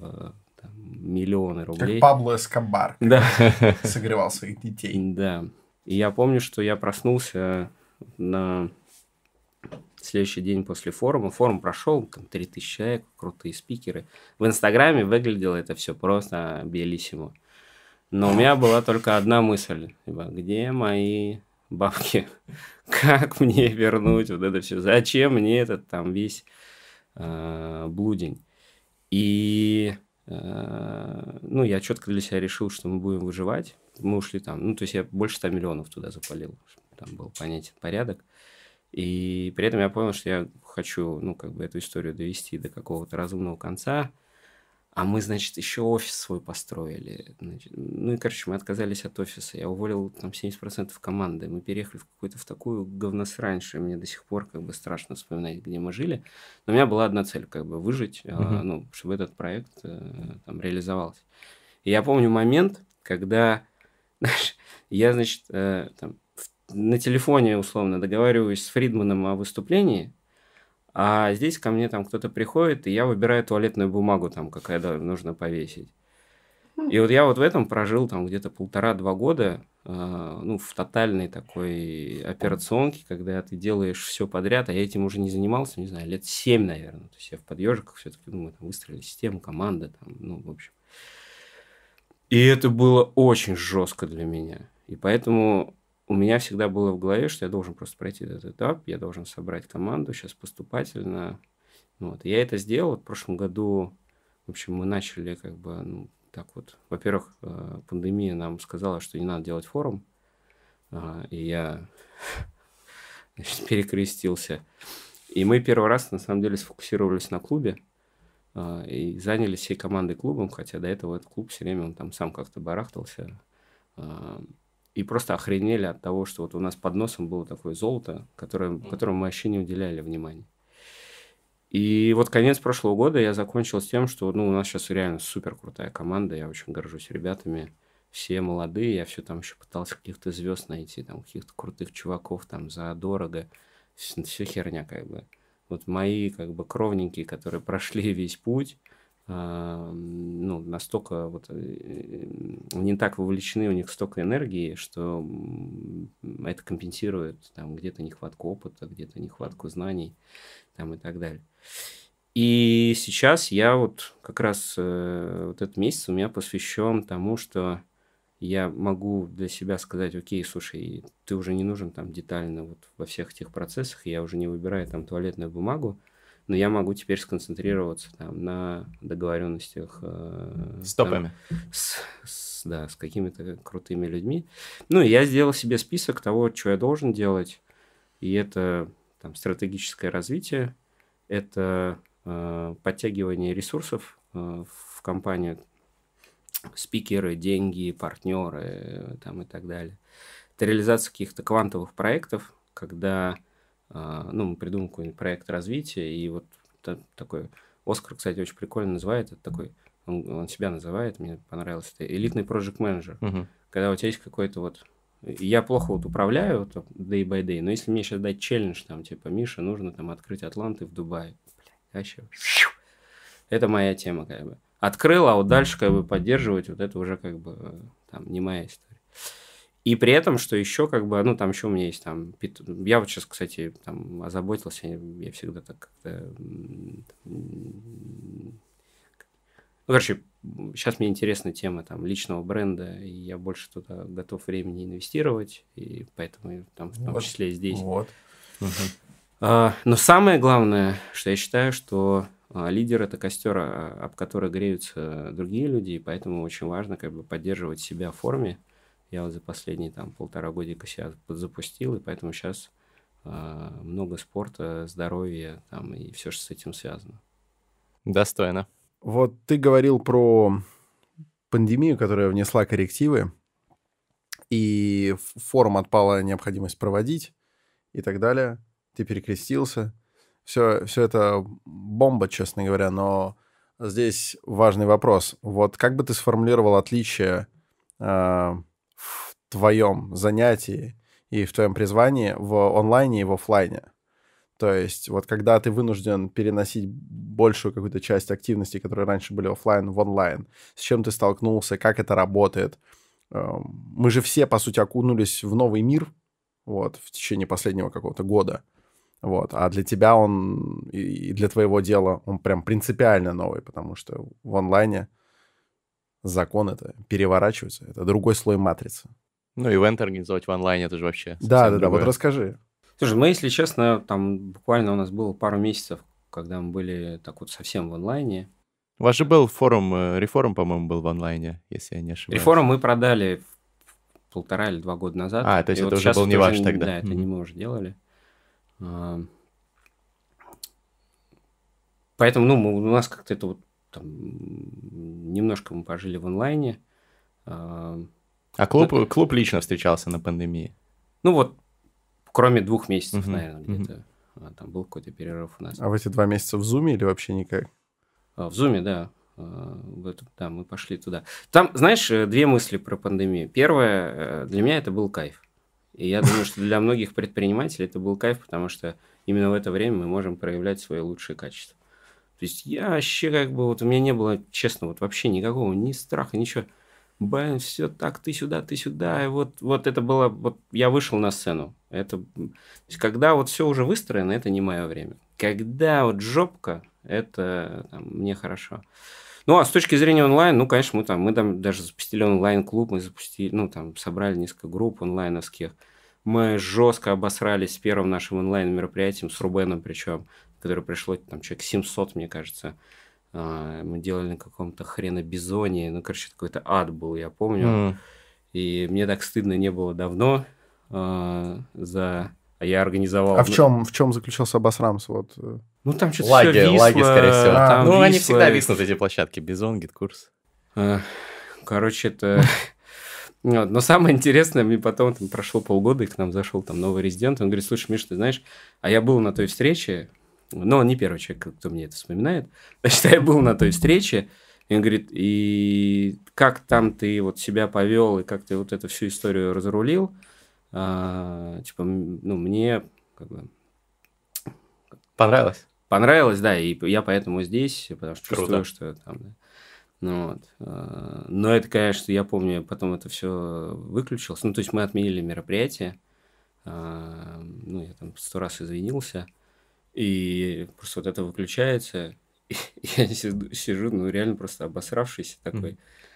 Speaker 1: миллионы рублей.
Speaker 2: Как Пабло Эскобар.
Speaker 1: Да.
Speaker 2: Согревал своих детей.
Speaker 1: Да. И я помню, что я проснулся на следующий день после форума. Форум прошел, там 3000 человек, крутые спикеры. В Инстаграме выглядело это все просто белиссимо. Но у меня была только одна мысль. Где мои бабки? Как мне вернуть вот это все? Зачем мне этот там весь блудень? И я четко для себя решил, что мы будем выживать. Мы ушли там, то есть я больше 100 миллионов туда запалил, чтобы там был понятен порядок. И при этом я понял, что я хочу, эту историю довести до какого-то разумного конца. А мы, значит, еще офис свой построили. Мы отказались от офиса. Я уволил там 70% команды. Мы переехали в какую-то в такую говносрань, что мне до сих пор страшно вспоминать, где мы жили. Но у меня была одна цель, выжить, чтобы этот проект там реализовался. И я помню момент, когда я, значит, на телефоне, условно, договариваюсь с Фридманом о выступлении, а здесь ко мне там кто-то приходит, и я выбираю туалетную бумагу, там, какая нужно повесить. И вот я вот в этом прожил там где-то 1,5-2 года, в тотальной такой операционке, когда ты делаешь все подряд, а я этим уже не занимался, не знаю, лет 7, наверное. То есть я в подъежиках все-таки, мы там выстроили систему, команда, там, в общем. И это было очень жестко для меня. И поэтому у меня всегда было в голове, что я должен просто пройти этот этап, я должен собрать команду сейчас поступательно. И я это сделал. В прошлом году, в общем, мы начали Во-первых, пандемия нам сказала, что не надо делать форум. И я перекрестился. И мы первый раз, на самом деле, сфокусировались на клубе. И занялись всей командой клубом, хотя до этого этот клуб все время, он там сам как-то барахтался. И просто охренели от того, что вот у нас под носом было такое золото, которому мы вообще не уделяли внимания. И вот конец прошлого года я закончил с тем, что у нас сейчас реально супер крутая команда, я очень горжусь ребятами, все молодые, я все там еще пытался каких-то звезд найти, там каких-то крутых чуваков там задорого, все херня Вот мои кровненькие, которые прошли весь путь, настолько не так вовлечены, у них столько энергии, что это компенсирует там где-то нехватку опыта, где-то нехватку знаний там, и так далее. И сейчас я как раз этот месяц у меня посвящен тому, что я могу для себя сказать: окей, слушай, ты уже не нужен там детально во всех этих процессах, я уже не выбираю там туалетную бумагу, но я могу теперь сконцентрироваться там на договоренностях
Speaker 3: С топами.
Speaker 1: с какими-то крутыми людьми. Ну, и я сделал себе список того, что я должен делать, и это там стратегическое развитие, это подтягивание ресурсов в компанию, спикеры, деньги, партнеры там, и так далее. Это реализация каких-то квантовых проектов, когда мы придумаем какой-нибудь проект развития, и вот такой, Оскар, кстати, очень прикольно называет, это такой, он себя называет, мне понравилось, это элитный project manager, когда у тебя есть какой-то вот, я плохо вот управляю вот, day by day, но если мне сейчас дать челлендж, там, типа, Миша, нужно там открыть Атланты в Дубае, вообще, это моя тема, как бы. Открыл, а вот дальше как бы поддерживать, вот это уже как бы там не моя история. И при этом, что еще как бы, там еще у меня есть там, я вот сейчас, кстати, там озаботился, я всегда так как-то, короче, сейчас мне интересна тема там личного бренда, и я больше туда готов времени инвестировать, и поэтому там в том числе и здесь.
Speaker 2: Вот.
Speaker 1: Но самое главное, что я считаю, что лидер – это костер, об который греются другие люди, и поэтому очень важно как бы поддерживать себя в форме. Я вот за последние там 1,5 годика себя запустил, и поэтому сейчас много спорта, здоровья там, и все, что с этим связано.
Speaker 3: Достойно.
Speaker 2: Вот ты говорил про пандемию, которая внесла коррективы, и в форум отпала необходимость проводить и так далее. Ты перекрестился. Все это бомба, честно говоря, но здесь важный вопрос. Вот как бы ты сформулировал отличие в твоем занятии и в твоем призвании в онлайне и в офлайне? То есть вот когда ты вынужден переносить большую какую-то часть активностей, которые раньше были офлайн, в онлайн, с чем ты столкнулся, как это работает? Мы же все, по сути, окунулись в новый мир вот, в течение последнего какого-то года. Вот. А для тебя он и для твоего дела он прям принципиально новый, потому что в онлайне закон это переворачивается, это другой слой матрицы.
Speaker 3: Ну, ивент организовать в онлайне, это же вообще
Speaker 2: Да, вот расскажи.
Speaker 1: Слушай, мы, если честно, там буквально у нас было пару месяцев, когда мы были так вот совсем в онлайне.
Speaker 3: У вас же был форум, Reforum, по-моему, был в онлайне, если я не ошибаюсь.
Speaker 1: Reforum мы продали 1,5 или 2 года назад.
Speaker 3: То есть
Speaker 1: и
Speaker 3: это
Speaker 1: вот
Speaker 3: уже был не ваш тогда.
Speaker 1: Да, это не мы уже делали. Поэтому, у нас как-то это вот там немножко мы пожили в онлайне.
Speaker 3: А клуб лично встречался на пандемии?
Speaker 1: Ну вот, кроме 2 месяцев, наверное, где-то. Там был какой-то перерыв у нас.
Speaker 2: А в эти 2 месяца в Zoom или вообще никак?
Speaker 1: В Zoom, да. Да, мы пошли туда. Там, знаешь, 2 мысли про пандемию. Первое, для меня это был кайф. И я думаю, что для многих предпринимателей это был кайф, потому что именно в это время мы можем проявлять свои лучшие качества. То есть я вообще как бы, вот у меня не было, честно, вот вообще никакого ни страха, ничего. Блин, все так, ты сюда, и вот это было, вот я вышел на сцену. Это, то есть, когда вот все уже выстроено, это не мое время. Когда вот жопка, это там, мне хорошо. Ну, а с точки зрения онлайн, конечно, мы там даже запустили онлайн-клуб, мы запустили, собрали несколько групп онлайновских. Мы жестко обосрались с первым нашим онлайн-мероприятием, с Рубеном причем, которое пришло, там, человек 700, мне кажется. Мы делали на каком-то хренобизоне. Какой-то ад был, я помню. И мне так стыдно не было давно А я организовал...
Speaker 2: А в чем заключался обосрамс? Вот.
Speaker 1: Там что-то все висло.
Speaker 3: Лаги, скорее всего.
Speaker 1: Там
Speaker 3: они всегда виснут, эти площадки. Бизон, гид-курс.
Speaker 1: Короче, это... Но самое интересное, мне потом прошло полгода, и к нам зашел там новый резидент. Он говорит: слушай, Миш, ты знаешь, а я был на той встрече, но он не первый человек, кто мне это вспоминает. Значит, я был на той встрече, и он говорит: и как там ты вот себя повел, и как ты вот эту всю историю разрулил, мне как бы...
Speaker 3: Понравилось?
Speaker 1: Понравилось, да, и я поэтому здесь, потому что
Speaker 3: Круто.
Speaker 1: чувствую, что там... Да. Но это, конечно, я помню, я потом это все выключился. То есть мы отменили мероприятие. Я там 100 раз извинился. И просто вот это выключается. И я сижу, реально просто обосравшийся такой.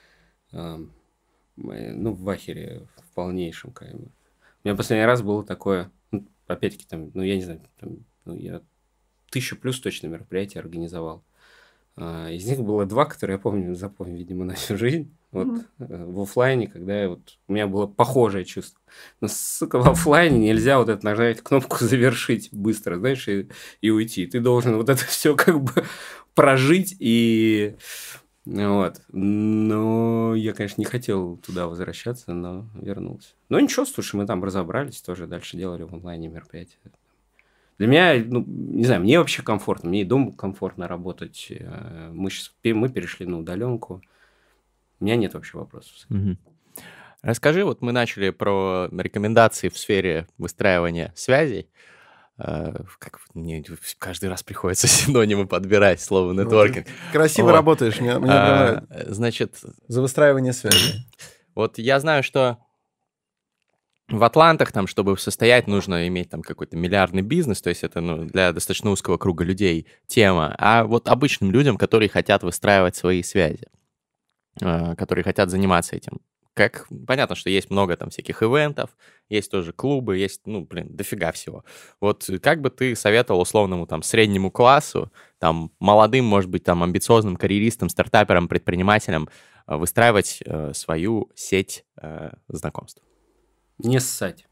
Speaker 1: В ахере в полнейшем, как бы. У меня последний раз было такое, опять-таки, я не знаю, я 1000 плюс точно мероприятий организовал. Из них было 2, которые я запомнил, видимо, на всю жизнь. Вот в офлайне, когда у меня было похожее чувство. Но, сука, в офлайне нельзя вот это нажать кнопку «Завершить» быстро, знаешь, и уйти. Ты должен вот это все как бы прожить и... Вот. Но я, конечно, не хотел туда возвращаться, но вернулся. Но ничего, слушай, мы там разобрались, тоже дальше делали в онлайне мероприятия. Для меня, не знаю, мне вообще комфортно, мне и дома комфортно работать. Мы перешли на удаленку. У меня нет вообще вопросов.
Speaker 3: Расскажи, вот мы начали про рекомендации в сфере выстраивания связей. Как мне каждый раз приходится синонимы подбирать, слово нетворкинг.
Speaker 2: Красиво работаешь, мне нравится.
Speaker 3: Значит...
Speaker 2: За выстраивание связи.
Speaker 3: Вот я знаю, что в Атлантах, там, чтобы состоять, нужно иметь там какой-то миллиардный бизнес, то есть это для достаточно узкого круга людей тема. А вот обычным людям, которые хотят выстраивать свои связи, которые хотят заниматься этим, понятно, что есть много там всяких ивентов, есть тоже клубы, есть, дофига всего. Вот как бы ты советовал условному там среднему классу, там молодым, может быть, там амбициозным карьеристам, стартаперам, предпринимателям выстраивать свою сеть знакомств?
Speaker 1: Не ссать.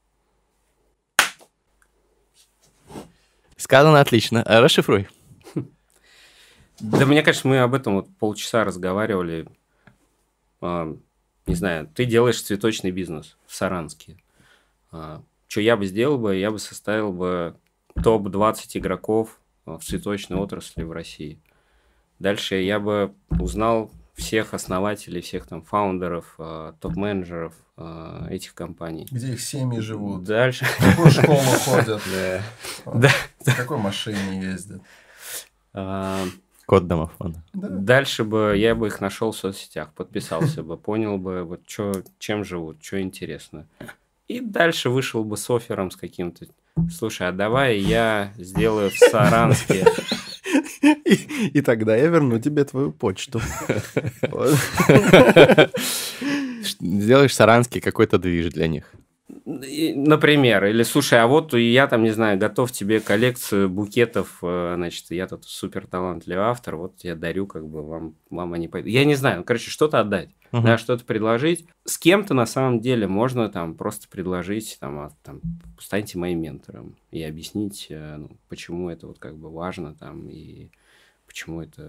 Speaker 3: Сказано отлично. Расшифруй.
Speaker 1: Да, мне кажется, мы об этом вот полчаса разговаривали. Не знаю, ты делаешь цветочный бизнес в Саранске. Что я бы сделал я бы составил бы топ-20 игроков в цветочной отрасли в России. Дальше я бы узнал всех основателей, всех там фаундеров, топ-менеджеров этих компаний.
Speaker 2: Где их семьи живут.
Speaker 1: Дальше.
Speaker 2: В какую школу ходят.
Speaker 1: В
Speaker 2: какой машине ездят.
Speaker 3: Код домофона.
Speaker 1: Дальше бы я бы их нашел в соцсетях, подписался бы, понял бы, вот чем живут, что интересно. И дальше вышел бы с оффером с каким-то. Слушай, а давай я сделаю в Саранске.
Speaker 2: И тогда я верну тебе твою почту.
Speaker 3: Сделаешь в Саранске какой-то движ для них.
Speaker 1: Например, или слушай, а вот я там, не знаю, готов тебе коллекцию букетов, значит, я тут супер талантливый автор, вот я дарю, как бы вам они пойдут. Я не знаю, короче, что-то отдать, да, что-то предложить. С кем-то на самом деле можно там просто предложить, там, станьте моим ментором и объяснить, почему это вот как бы важно там и почему это,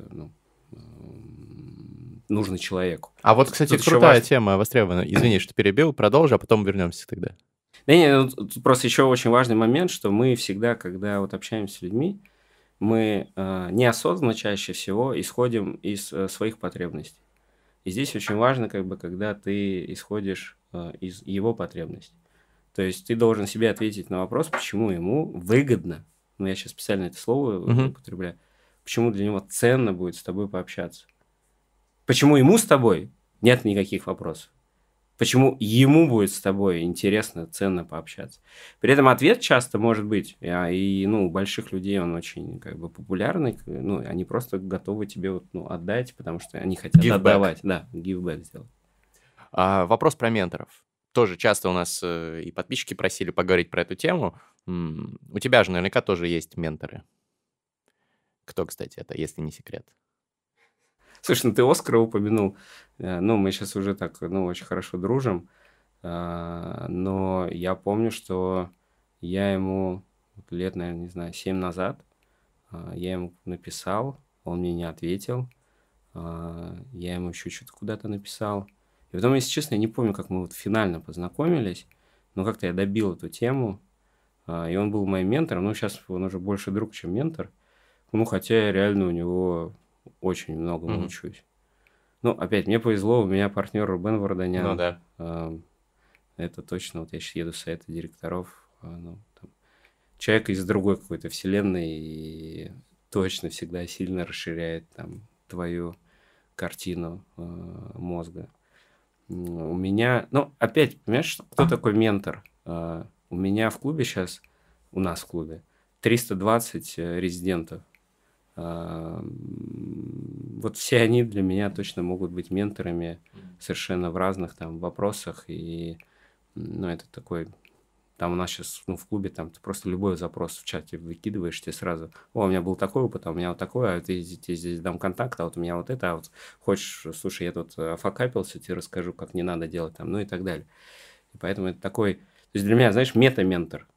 Speaker 1: нужно человеку.
Speaker 3: А вот, кстати,
Speaker 1: тут
Speaker 3: крутая тема, востребованная. Извини, что перебил, продолжи, а потом вернемся тогда.
Speaker 1: Тут просто еще очень важный момент, что мы всегда, когда вот общаемся с людьми, мы неосознанно чаще всего исходим из своих потребностей. И здесь очень важно, как бы, когда ты исходишь из его потребностей. То есть ты должен себе ответить на вопрос, почему ему выгодно, я сейчас специально это слово употребляю, почему для него ценно будет с тобой пообщаться. Почему ему с тобой нет никаких вопросов. Почему ему будет с тобой интересно, ценно пообщаться. При этом ответ часто может быть, и у больших людей он очень как бы популярный, они просто готовы тебе отдать, потому что они хотят отдавать. Да, give back сделать.
Speaker 3: Вопрос про менторов. Тоже часто у нас и подписчики просили поговорить про эту тему. У тебя же наверняка тоже есть менторы. Кто, кстати, это, если не секрет?
Speaker 1: Слушай, ты Оскара упомянул. Мы сейчас уже так, очень хорошо дружим. Но я помню, что я ему лет, наверное, не знаю, 7 назад, я ему написал, он мне не ответил. Я ему еще что-то куда-то написал. И потом, если честно, я не помню, как мы финально познакомились, но как-то я добил эту тему, и он был моим ментором. Сейчас он уже больше друг, чем ментор. Хотя я реально у него очень многому учусь. Опять, мне повезло, у меня партнер Рубен Варданян.
Speaker 3: Да.
Speaker 1: Это точно, я сейчас еду с совета директоров. Человек из другой какой-то вселенной и точно всегда сильно расширяет твою картину мозга. У меня, опять, понимаешь, кто такой ментор? У меня в клубе сейчас, у нас в клубе, 320 резидентов. Вот все они для меня точно могут быть менторами совершенно в разных вопросах. И это такой Там у нас сейчас, ну, в клубе, там ты просто любой запрос в чате выкидываешь, тебе сразу, у меня был такой опыт, а у меня вот такой, а ты тебе здесь дам контакт, а вот у меня вот это, а вот хочешь, слушай, я тут факапился, тебе расскажу, как не надо делать там, ну и так далее. И поэтому это такой, то есть для меня, знаешь, мета-ментор.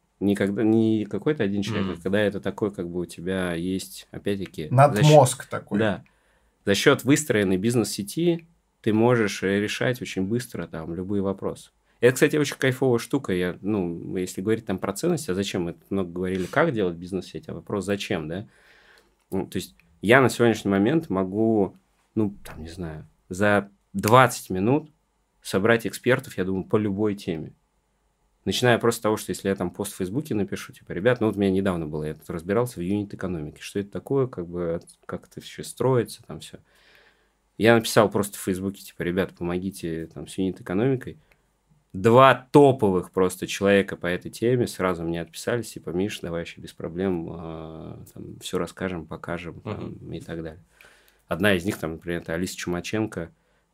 Speaker 1: Не какой-то один человек, а когда это такой, как бы у тебя есть, опять-таки...
Speaker 2: Надмозг такой.
Speaker 1: Да. За счет выстроенной бизнес-сети ты можешь решать очень быстро там любые вопросы. Это, кстати, очень кайфовая штука. Если говорить там про ценности, а зачем? Мы много говорили, как делать бизнес-сеть, а вопрос зачем, да? То есть я на сегодняшний момент могу, не знаю, за 20 минут собрать экспертов, я думаю, по любой теме. Начиная просто с того, что если я там пост в Фейсбуке напишу, типа, ребят, у меня недавно было, я тут разбирался в юнит-экономике, что это такое, как это все строится, там все. Я написал просто в Фейсбуке, типа, ребят, помогите там с юнит-экономикой. 2 топовых просто человека по этой теме сразу мне отписались, типа, Миш, давай вообще без проблем, все расскажем, покажем и так далее. Одна из них, например, это Алиса Чумаченко,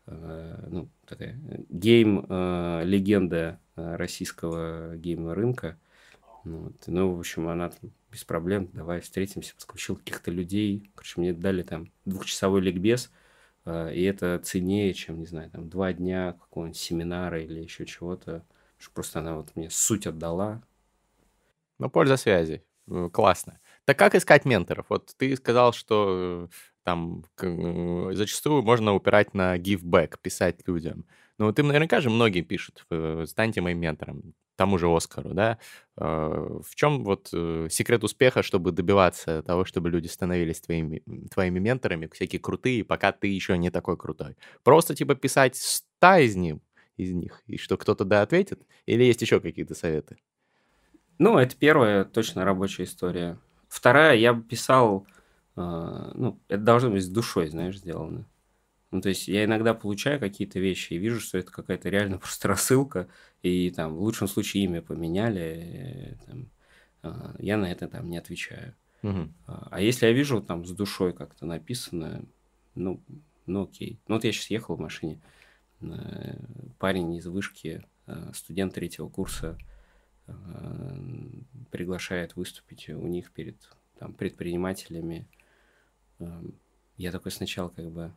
Speaker 1: такая гейм-легенда российского геймового рынка. В общем, она без проблем, давай встретимся, подключил каких-то людей. Короче, мне дали там 2-часовой ликбез, и это ценнее, чем, не знаю, 2 дня какого-нибудь семинара или еще чего-то. Просто она мне суть отдала.
Speaker 3: Польза связи. Классно. Так как искать менторов? Вот ты сказал, что там зачастую можно упирать на give-back, писать людям. Ты наверняка же многие пишут, станьте моим ментором, тому же Оскару, да? В чем секрет успеха, чтобы добиваться того, чтобы люди становились твоими менторами, всякие крутые, пока ты еще не такой крутой? Просто писать 100 из них, и что кто-то ответит? Или есть еще какие-то советы?
Speaker 1: Это первая точно рабочая история. Вторая, я бы писал, это должно быть с душой, знаешь, сделано. То есть я иногда получаю какие-то вещи и вижу, что это какая-то реально просто рассылка, и в лучшем случае имя поменяли, я на это не отвечаю. А если я вижу с душой как-то написано, окей. Я сейчас ехал в машине, парень из вышки, студент 3-го курса, приглашает выступить у них перед предпринимателями. Я такой сначала как-то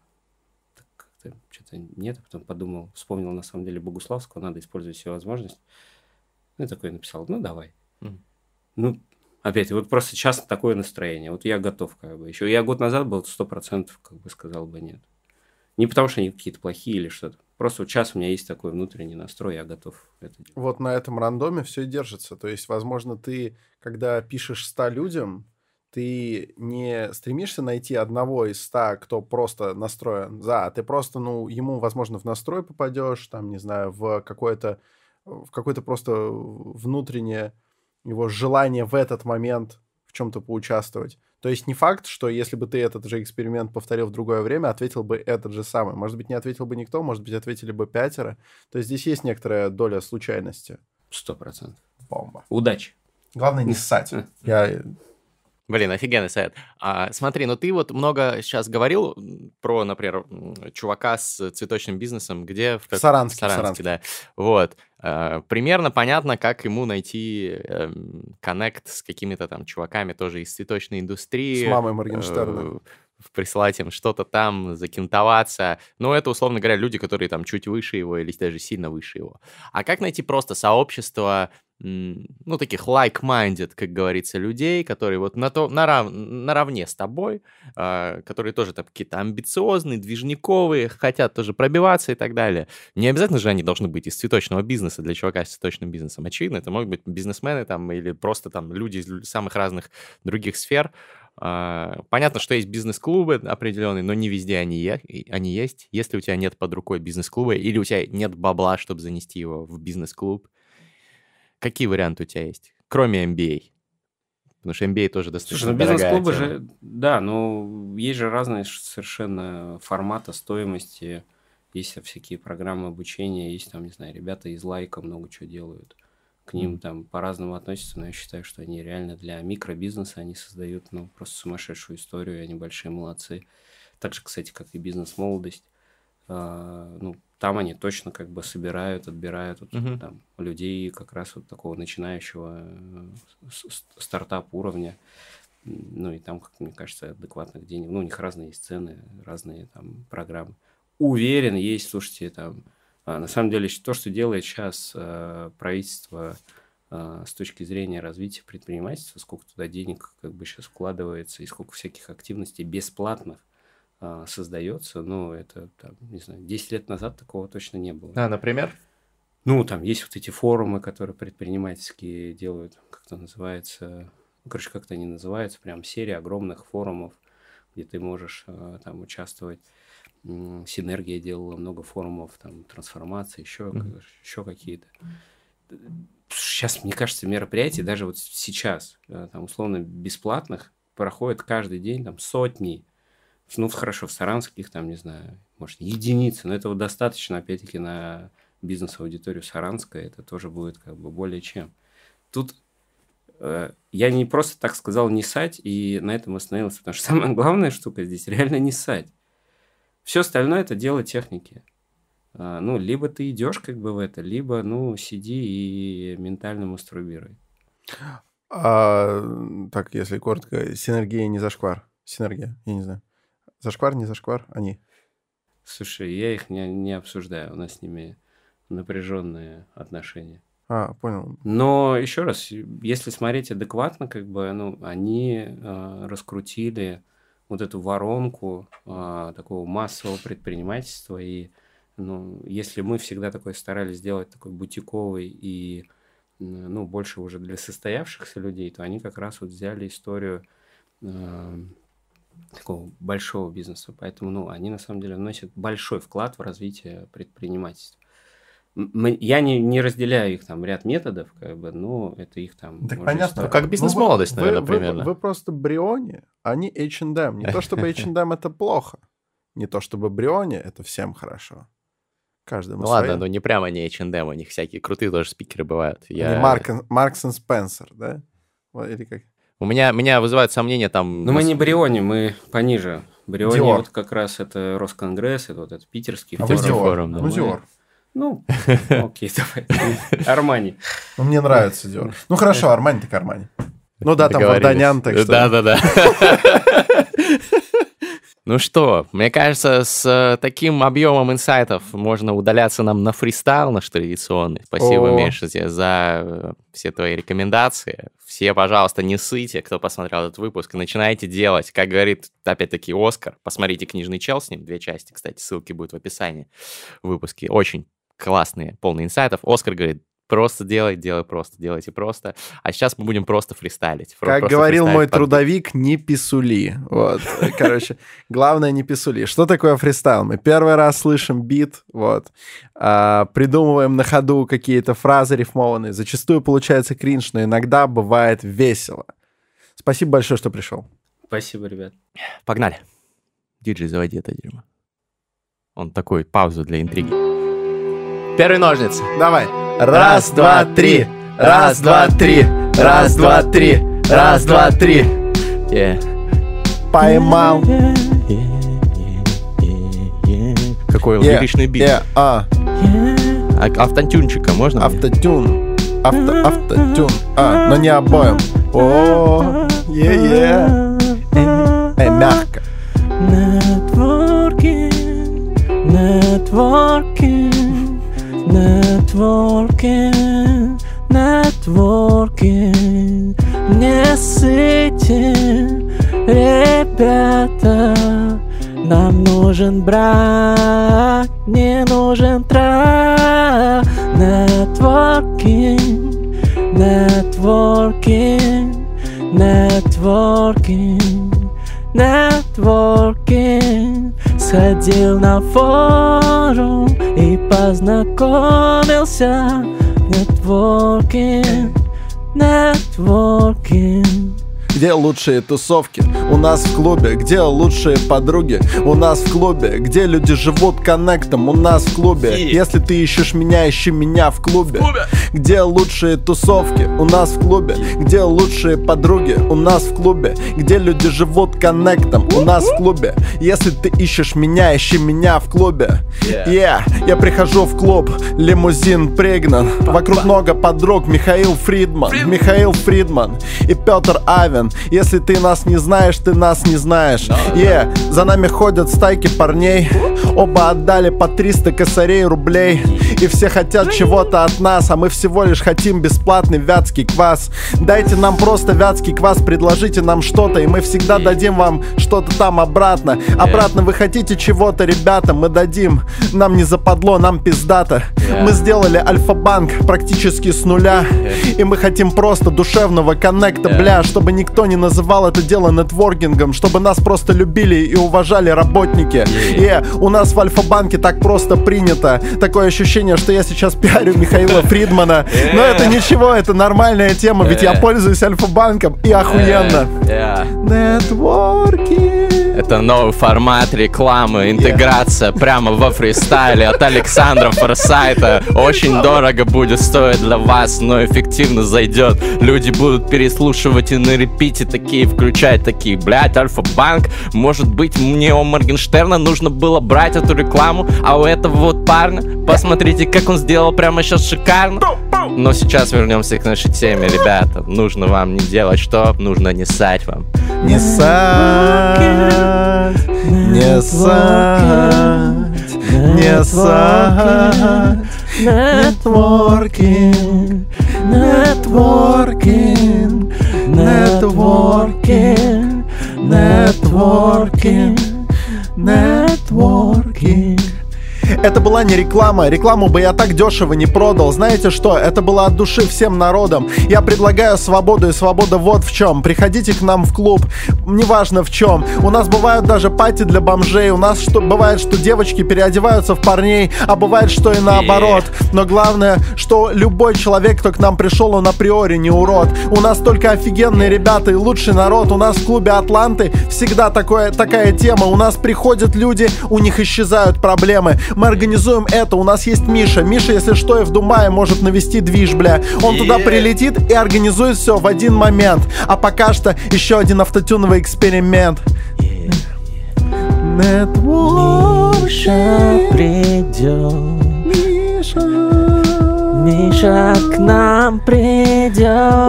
Speaker 1: что-то нет, а потом подумал, вспомнил на самом деле Богуславского, надо использовать все возможности. И такой написал, давай. Опять, просто часто такое настроение. Я готов Еще я год назад был 100% сказал бы нет. Не потому, что они какие-то плохие или что-то. Просто сейчас у меня есть такой внутренний настрой, я готов это делать.
Speaker 2: На этом рандоме все и держится. То есть, возможно, ты, когда пишешь 100 людям, ты не стремишься найти одного из 100, кто просто настроен а ты просто, ему, возможно, в настрой попадешь, не знаю, в какое-то просто внутреннее его желание в этот момент в чем-то поучаствовать. То есть не факт, что если бы ты этот же эксперимент повторил в другое время, ответил бы этот же самый. Может быть, не ответил бы никто, может быть, ответили бы 5. То есть здесь есть некоторая доля случайности.
Speaker 1: 100%.
Speaker 2: Бомба.
Speaker 1: Удачи.
Speaker 2: Главное не ссать.
Speaker 3: Блин, офигенный совет. Смотри, ты много сейчас говорил про, например, чувака с цветочным бизнесом, где...
Speaker 2: В Саранске.
Speaker 3: Да. Примерно понятно, как ему найти коннект с какими-то чуваками тоже из цветочной индустрии.
Speaker 2: С мамой Моргенштерна.
Speaker 3: Присылать им что-то там, закинтоваться. Это, условно говоря, люди, которые чуть выше его или даже сильно выше его. А как найти просто сообщество, таких like-minded, как говорится, людей, которые наравне с тобой, которые тоже какие-то амбициозные, движниковые, хотят тоже пробиваться и так далее. Не обязательно же они должны быть из цветочного бизнеса для чувака с цветочным бизнесом. Очевидно, это могут быть бизнесмены или просто люди из самых разных других сфер. Понятно, что есть бизнес-клубы определенные, но не везде они есть. Если у тебя нет под рукой бизнес-клуба или у тебя нет бабла, чтобы занести его в бизнес-клуб, какие варианты у тебя есть, кроме MBA? Потому что MBA тоже достаточно дорогая
Speaker 1: бизнес-клубы
Speaker 3: тема.
Speaker 1: же, да, есть же разные совершенно форматы, стоимости, есть всякие программы обучения, есть не знаю, ребята из Лайка много чего делают. К ним по-разному относятся, но я считаю, что они реально для микробизнеса, они создают просто сумасшедшую историю, они большие молодцы. Так же, кстати, как и бизнес-молодость. там они точно как бы собирают, отбирают там, людей как раз вот такого начинающего стартап-уровня. Ну, и там, как мне кажется, адекватных денег. Ну, у них разные есть цены, разные там программы. Уверен, есть, слушайте, там... на самом деле, то, что делает сейчас правительство с точки зрения развития предпринимательства, сколько туда денег как бы сейчас вкладывается и сколько всяких активностей бесплатных создается, ну, это, там, не знаю, 10 лет назад такого точно не было.
Speaker 3: Например?
Speaker 1: Ну, там есть вот эти форумы, которые предпринимательские делают, как это называется, ну, короче, как-то они называются, прям серия огромных форумов, где ты можешь там участвовать. Синергия делала много форумов, там, трансформации, еще какие-то. Сейчас, мне кажется, мероприятий, даже вот сейчас, там, условно, бесплатных, проходят каждый день там сотни. Ну, хорошо, в саранских, там, не знаю, может, единицы, но этого достаточно, опять-таки, на бизнес-аудиторию саранская, это тоже будет как бы более чем. Тут я не просто так сказал не ссать, и на этом остановился, потому что самая главная штука здесь реально не ссать. Все остальное – это дело техники. Ну, либо ты идешь как бы в это, либо, ну, сиди и ментально мастурбируй.
Speaker 2: Так, если коротко, синергия не зашквар. Синергия, я не знаю. Зашквар, не зашквар, они.
Speaker 1: Слушай, я их не обсуждаю, у нас с ними напряженные отношения.
Speaker 2: Понял.
Speaker 1: Но, еще раз, если смотреть адекватно, как бы, ну, они раскрутили вот эту воронку такого массового предпринимательства. И, ну, если мы всегда такой старались сделать такой бутиковый и, ну, больше уже для состоявшихся людей, то они как раз вот взяли историю такого большого бизнеса. Поэтому, ну, они на самом деле вносят большой вклад в развитие предпринимательства. Я не разделяю их там ряд методов, как бы, но это их там...
Speaker 2: Так понятно.
Speaker 3: Ну, как бизнес-молодость, наверное, примерно.
Speaker 2: Вы просто Бриони, они H&M. Не то, чтобы H&M это плохо. Не то, чтобы Бриони это всем хорошо. Каждому
Speaker 3: ну
Speaker 2: своим.
Speaker 3: ладно, ну не прямо не H&M, у них всякие крутые тоже спикеры бывают.
Speaker 2: Маркс и Спенсер, да? Или как?
Speaker 3: У меня вызывают сомнения там...
Speaker 1: Ну, мы не Бриони, мы пониже. Бриони
Speaker 2: Dior.
Speaker 1: вот как раз это Росконгресс, это вот этот питерский
Speaker 3: форум.
Speaker 1: Да.
Speaker 2: Ну, Dior.
Speaker 1: Ну, окей, давай. Армани.
Speaker 2: Ну, мне нравится Dior. Ну, хорошо, Армани так Армани. Ну да, там Варданян, так что...
Speaker 3: Да. Ну что, мне кажется, с таким объемом инсайтов можно удаляться нам на фристайл наш традиционный. Спасибо, Миша, тебе за все твои рекомендации. Все, пожалуйста, не ссыте, кто посмотрел этот выпуск, и начинайте делать. Как говорит, опять-таки, Оскар, посмотрите «Книжный чел», с ним 2 части, кстати, ссылки будут в описании выпуска. Очень классные, полные инсайтов. Оскар говорит, просто делайте просто. А сейчас мы будем просто фристайлить.
Speaker 2: Как говорил мой трудовик, не писули. Вот, короче, главное не писули. Что такое фристайл? Мы первый раз слышим бит, вот, придумываем на ходу какие-то фразы рифмованные. Зачастую получается кринж, но иногда бывает весело. Спасибо большое, что пришел.
Speaker 1: Спасибо, ребят.
Speaker 3: Погнали. Диджей, заводи это дерьмо. Он такой, паузу для интриги. Первые ножницы.
Speaker 2: Давай.
Speaker 3: 1, 2, 3. 1, 2, 3. 1, 2, 3. 1, 2, 3.
Speaker 2: Поймал.
Speaker 3: Какой лиричный бит. Автотюнчика можно?
Speaker 2: Автотюн. Автотюн. Но не обоим. Мягко.
Speaker 4: Нетворкинг, не ссыте, ребята. Нам нужен брак, не нужен трак. Нетворкинг. Сходил на форум и познакомился. Нетворкинг.
Speaker 2: где лучшие тусовки? У нас в клубе. Где лучшие подруги? У нас в клубе. Где люди живут коннектом? У нас в клубе. Если ты ищешь меня, ищи меня в клубе. Где лучшие тусовки? У нас в клубе. Где лучшие подруги? У нас в клубе. Где люди живут коннектом? У нас в клубе. Если ты ищешь меня, ищи меня в клубе. Я прихожу в клуб, лимузин пригнан. Вокруг много подруг. Михаил Фридман и Петр Авен. Если ты нас не знаешь, ты нас не знаешь. За нами ходят стайки парней. Оба отдали по 300 косарей рублей. И все хотят чего-то от нас, а мы всего лишь хотим бесплатный вятский квас. Дайте нам просто вятский квас, предложите нам что-то, и мы всегда дадим вам что-то там обратно. Обратно вы хотите чего-то, ребята, мы дадим. Нам не западло, нам пиздато. Мы сделали Альфа-банк практически с нуля. И мы хотим просто душевного коннекта, бля, чтобы никто не называл это дело нетворкингом, чтобы нас просто любили и уважали работники. У нас в Альфа-банке так просто принято. Такое ощущение, что я сейчас пиарю Михаила Фридмана. Но это ничего, это нормальная тема, ведь я пользуюсь Альфа-банком и охуенно. Нетворкинг.
Speaker 3: Это новый формат рекламы, интеграция прямо во фристайле от Александра Форсайта. Очень дорого будет стоить для вас, но эффективно зайдет. Люди будут переслушивать и на репите такие включать, такие, блять, Альфа-банк. Может быть, мне у Моргенштерна нужно было брать эту рекламу, а у этого вот парня, посмотрите, как он сделал прямо сейчас шикарно. Но сейчас вернемся к нашей теме, ребята. Нужно вам не делать что? Нужно не ссать вам.
Speaker 2: Не ссать, не ссать, не ссать. Нетворкинг, нетворкинг, нетворкинг, нетворкинг, нетворкинг. Это была не реклама, рекламу бы я так дешево не продал. Знаете что, это было от души всем народам. Я предлагаю свободу, и свобода вот в чем. Приходите к нам в клуб, неважно в чем. У нас бывают даже пати для бомжей. У нас бывает, что девочки переодеваются в парней, а бывает, что и наоборот. Но главное, что любой человек, кто к нам пришел, он априори не урод. У нас только офигенные ребята и лучший народ. У нас в клубе Атланты всегда такая тема. У нас приходят люди, у них исчезают проблемы. Мы организуем это, у нас есть Миша. Миша, если что, и в Дубае может навести движ, бля. Он туда прилетит и организует все в один момент. А пока что еще один автотюновый эксперимент.
Speaker 4: Миша придет. Миша к нам придет.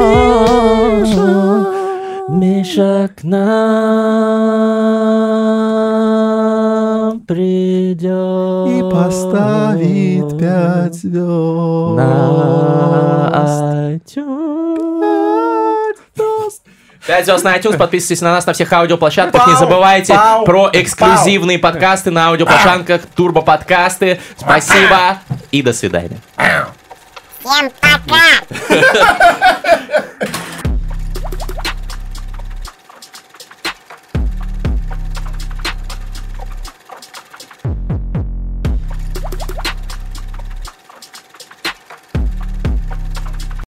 Speaker 4: Миша к нам придет
Speaker 2: и поставит 5 звезд
Speaker 4: на iTunes.
Speaker 3: 5 звезд на iTunes, подписывайтесь на нас на всех аудиоплощадках. Не забывайте про эксклюзивные подкасты на аудиоплощадках, турбо-подкасты. Спасибо и до свидания.
Speaker 5: Всем пока!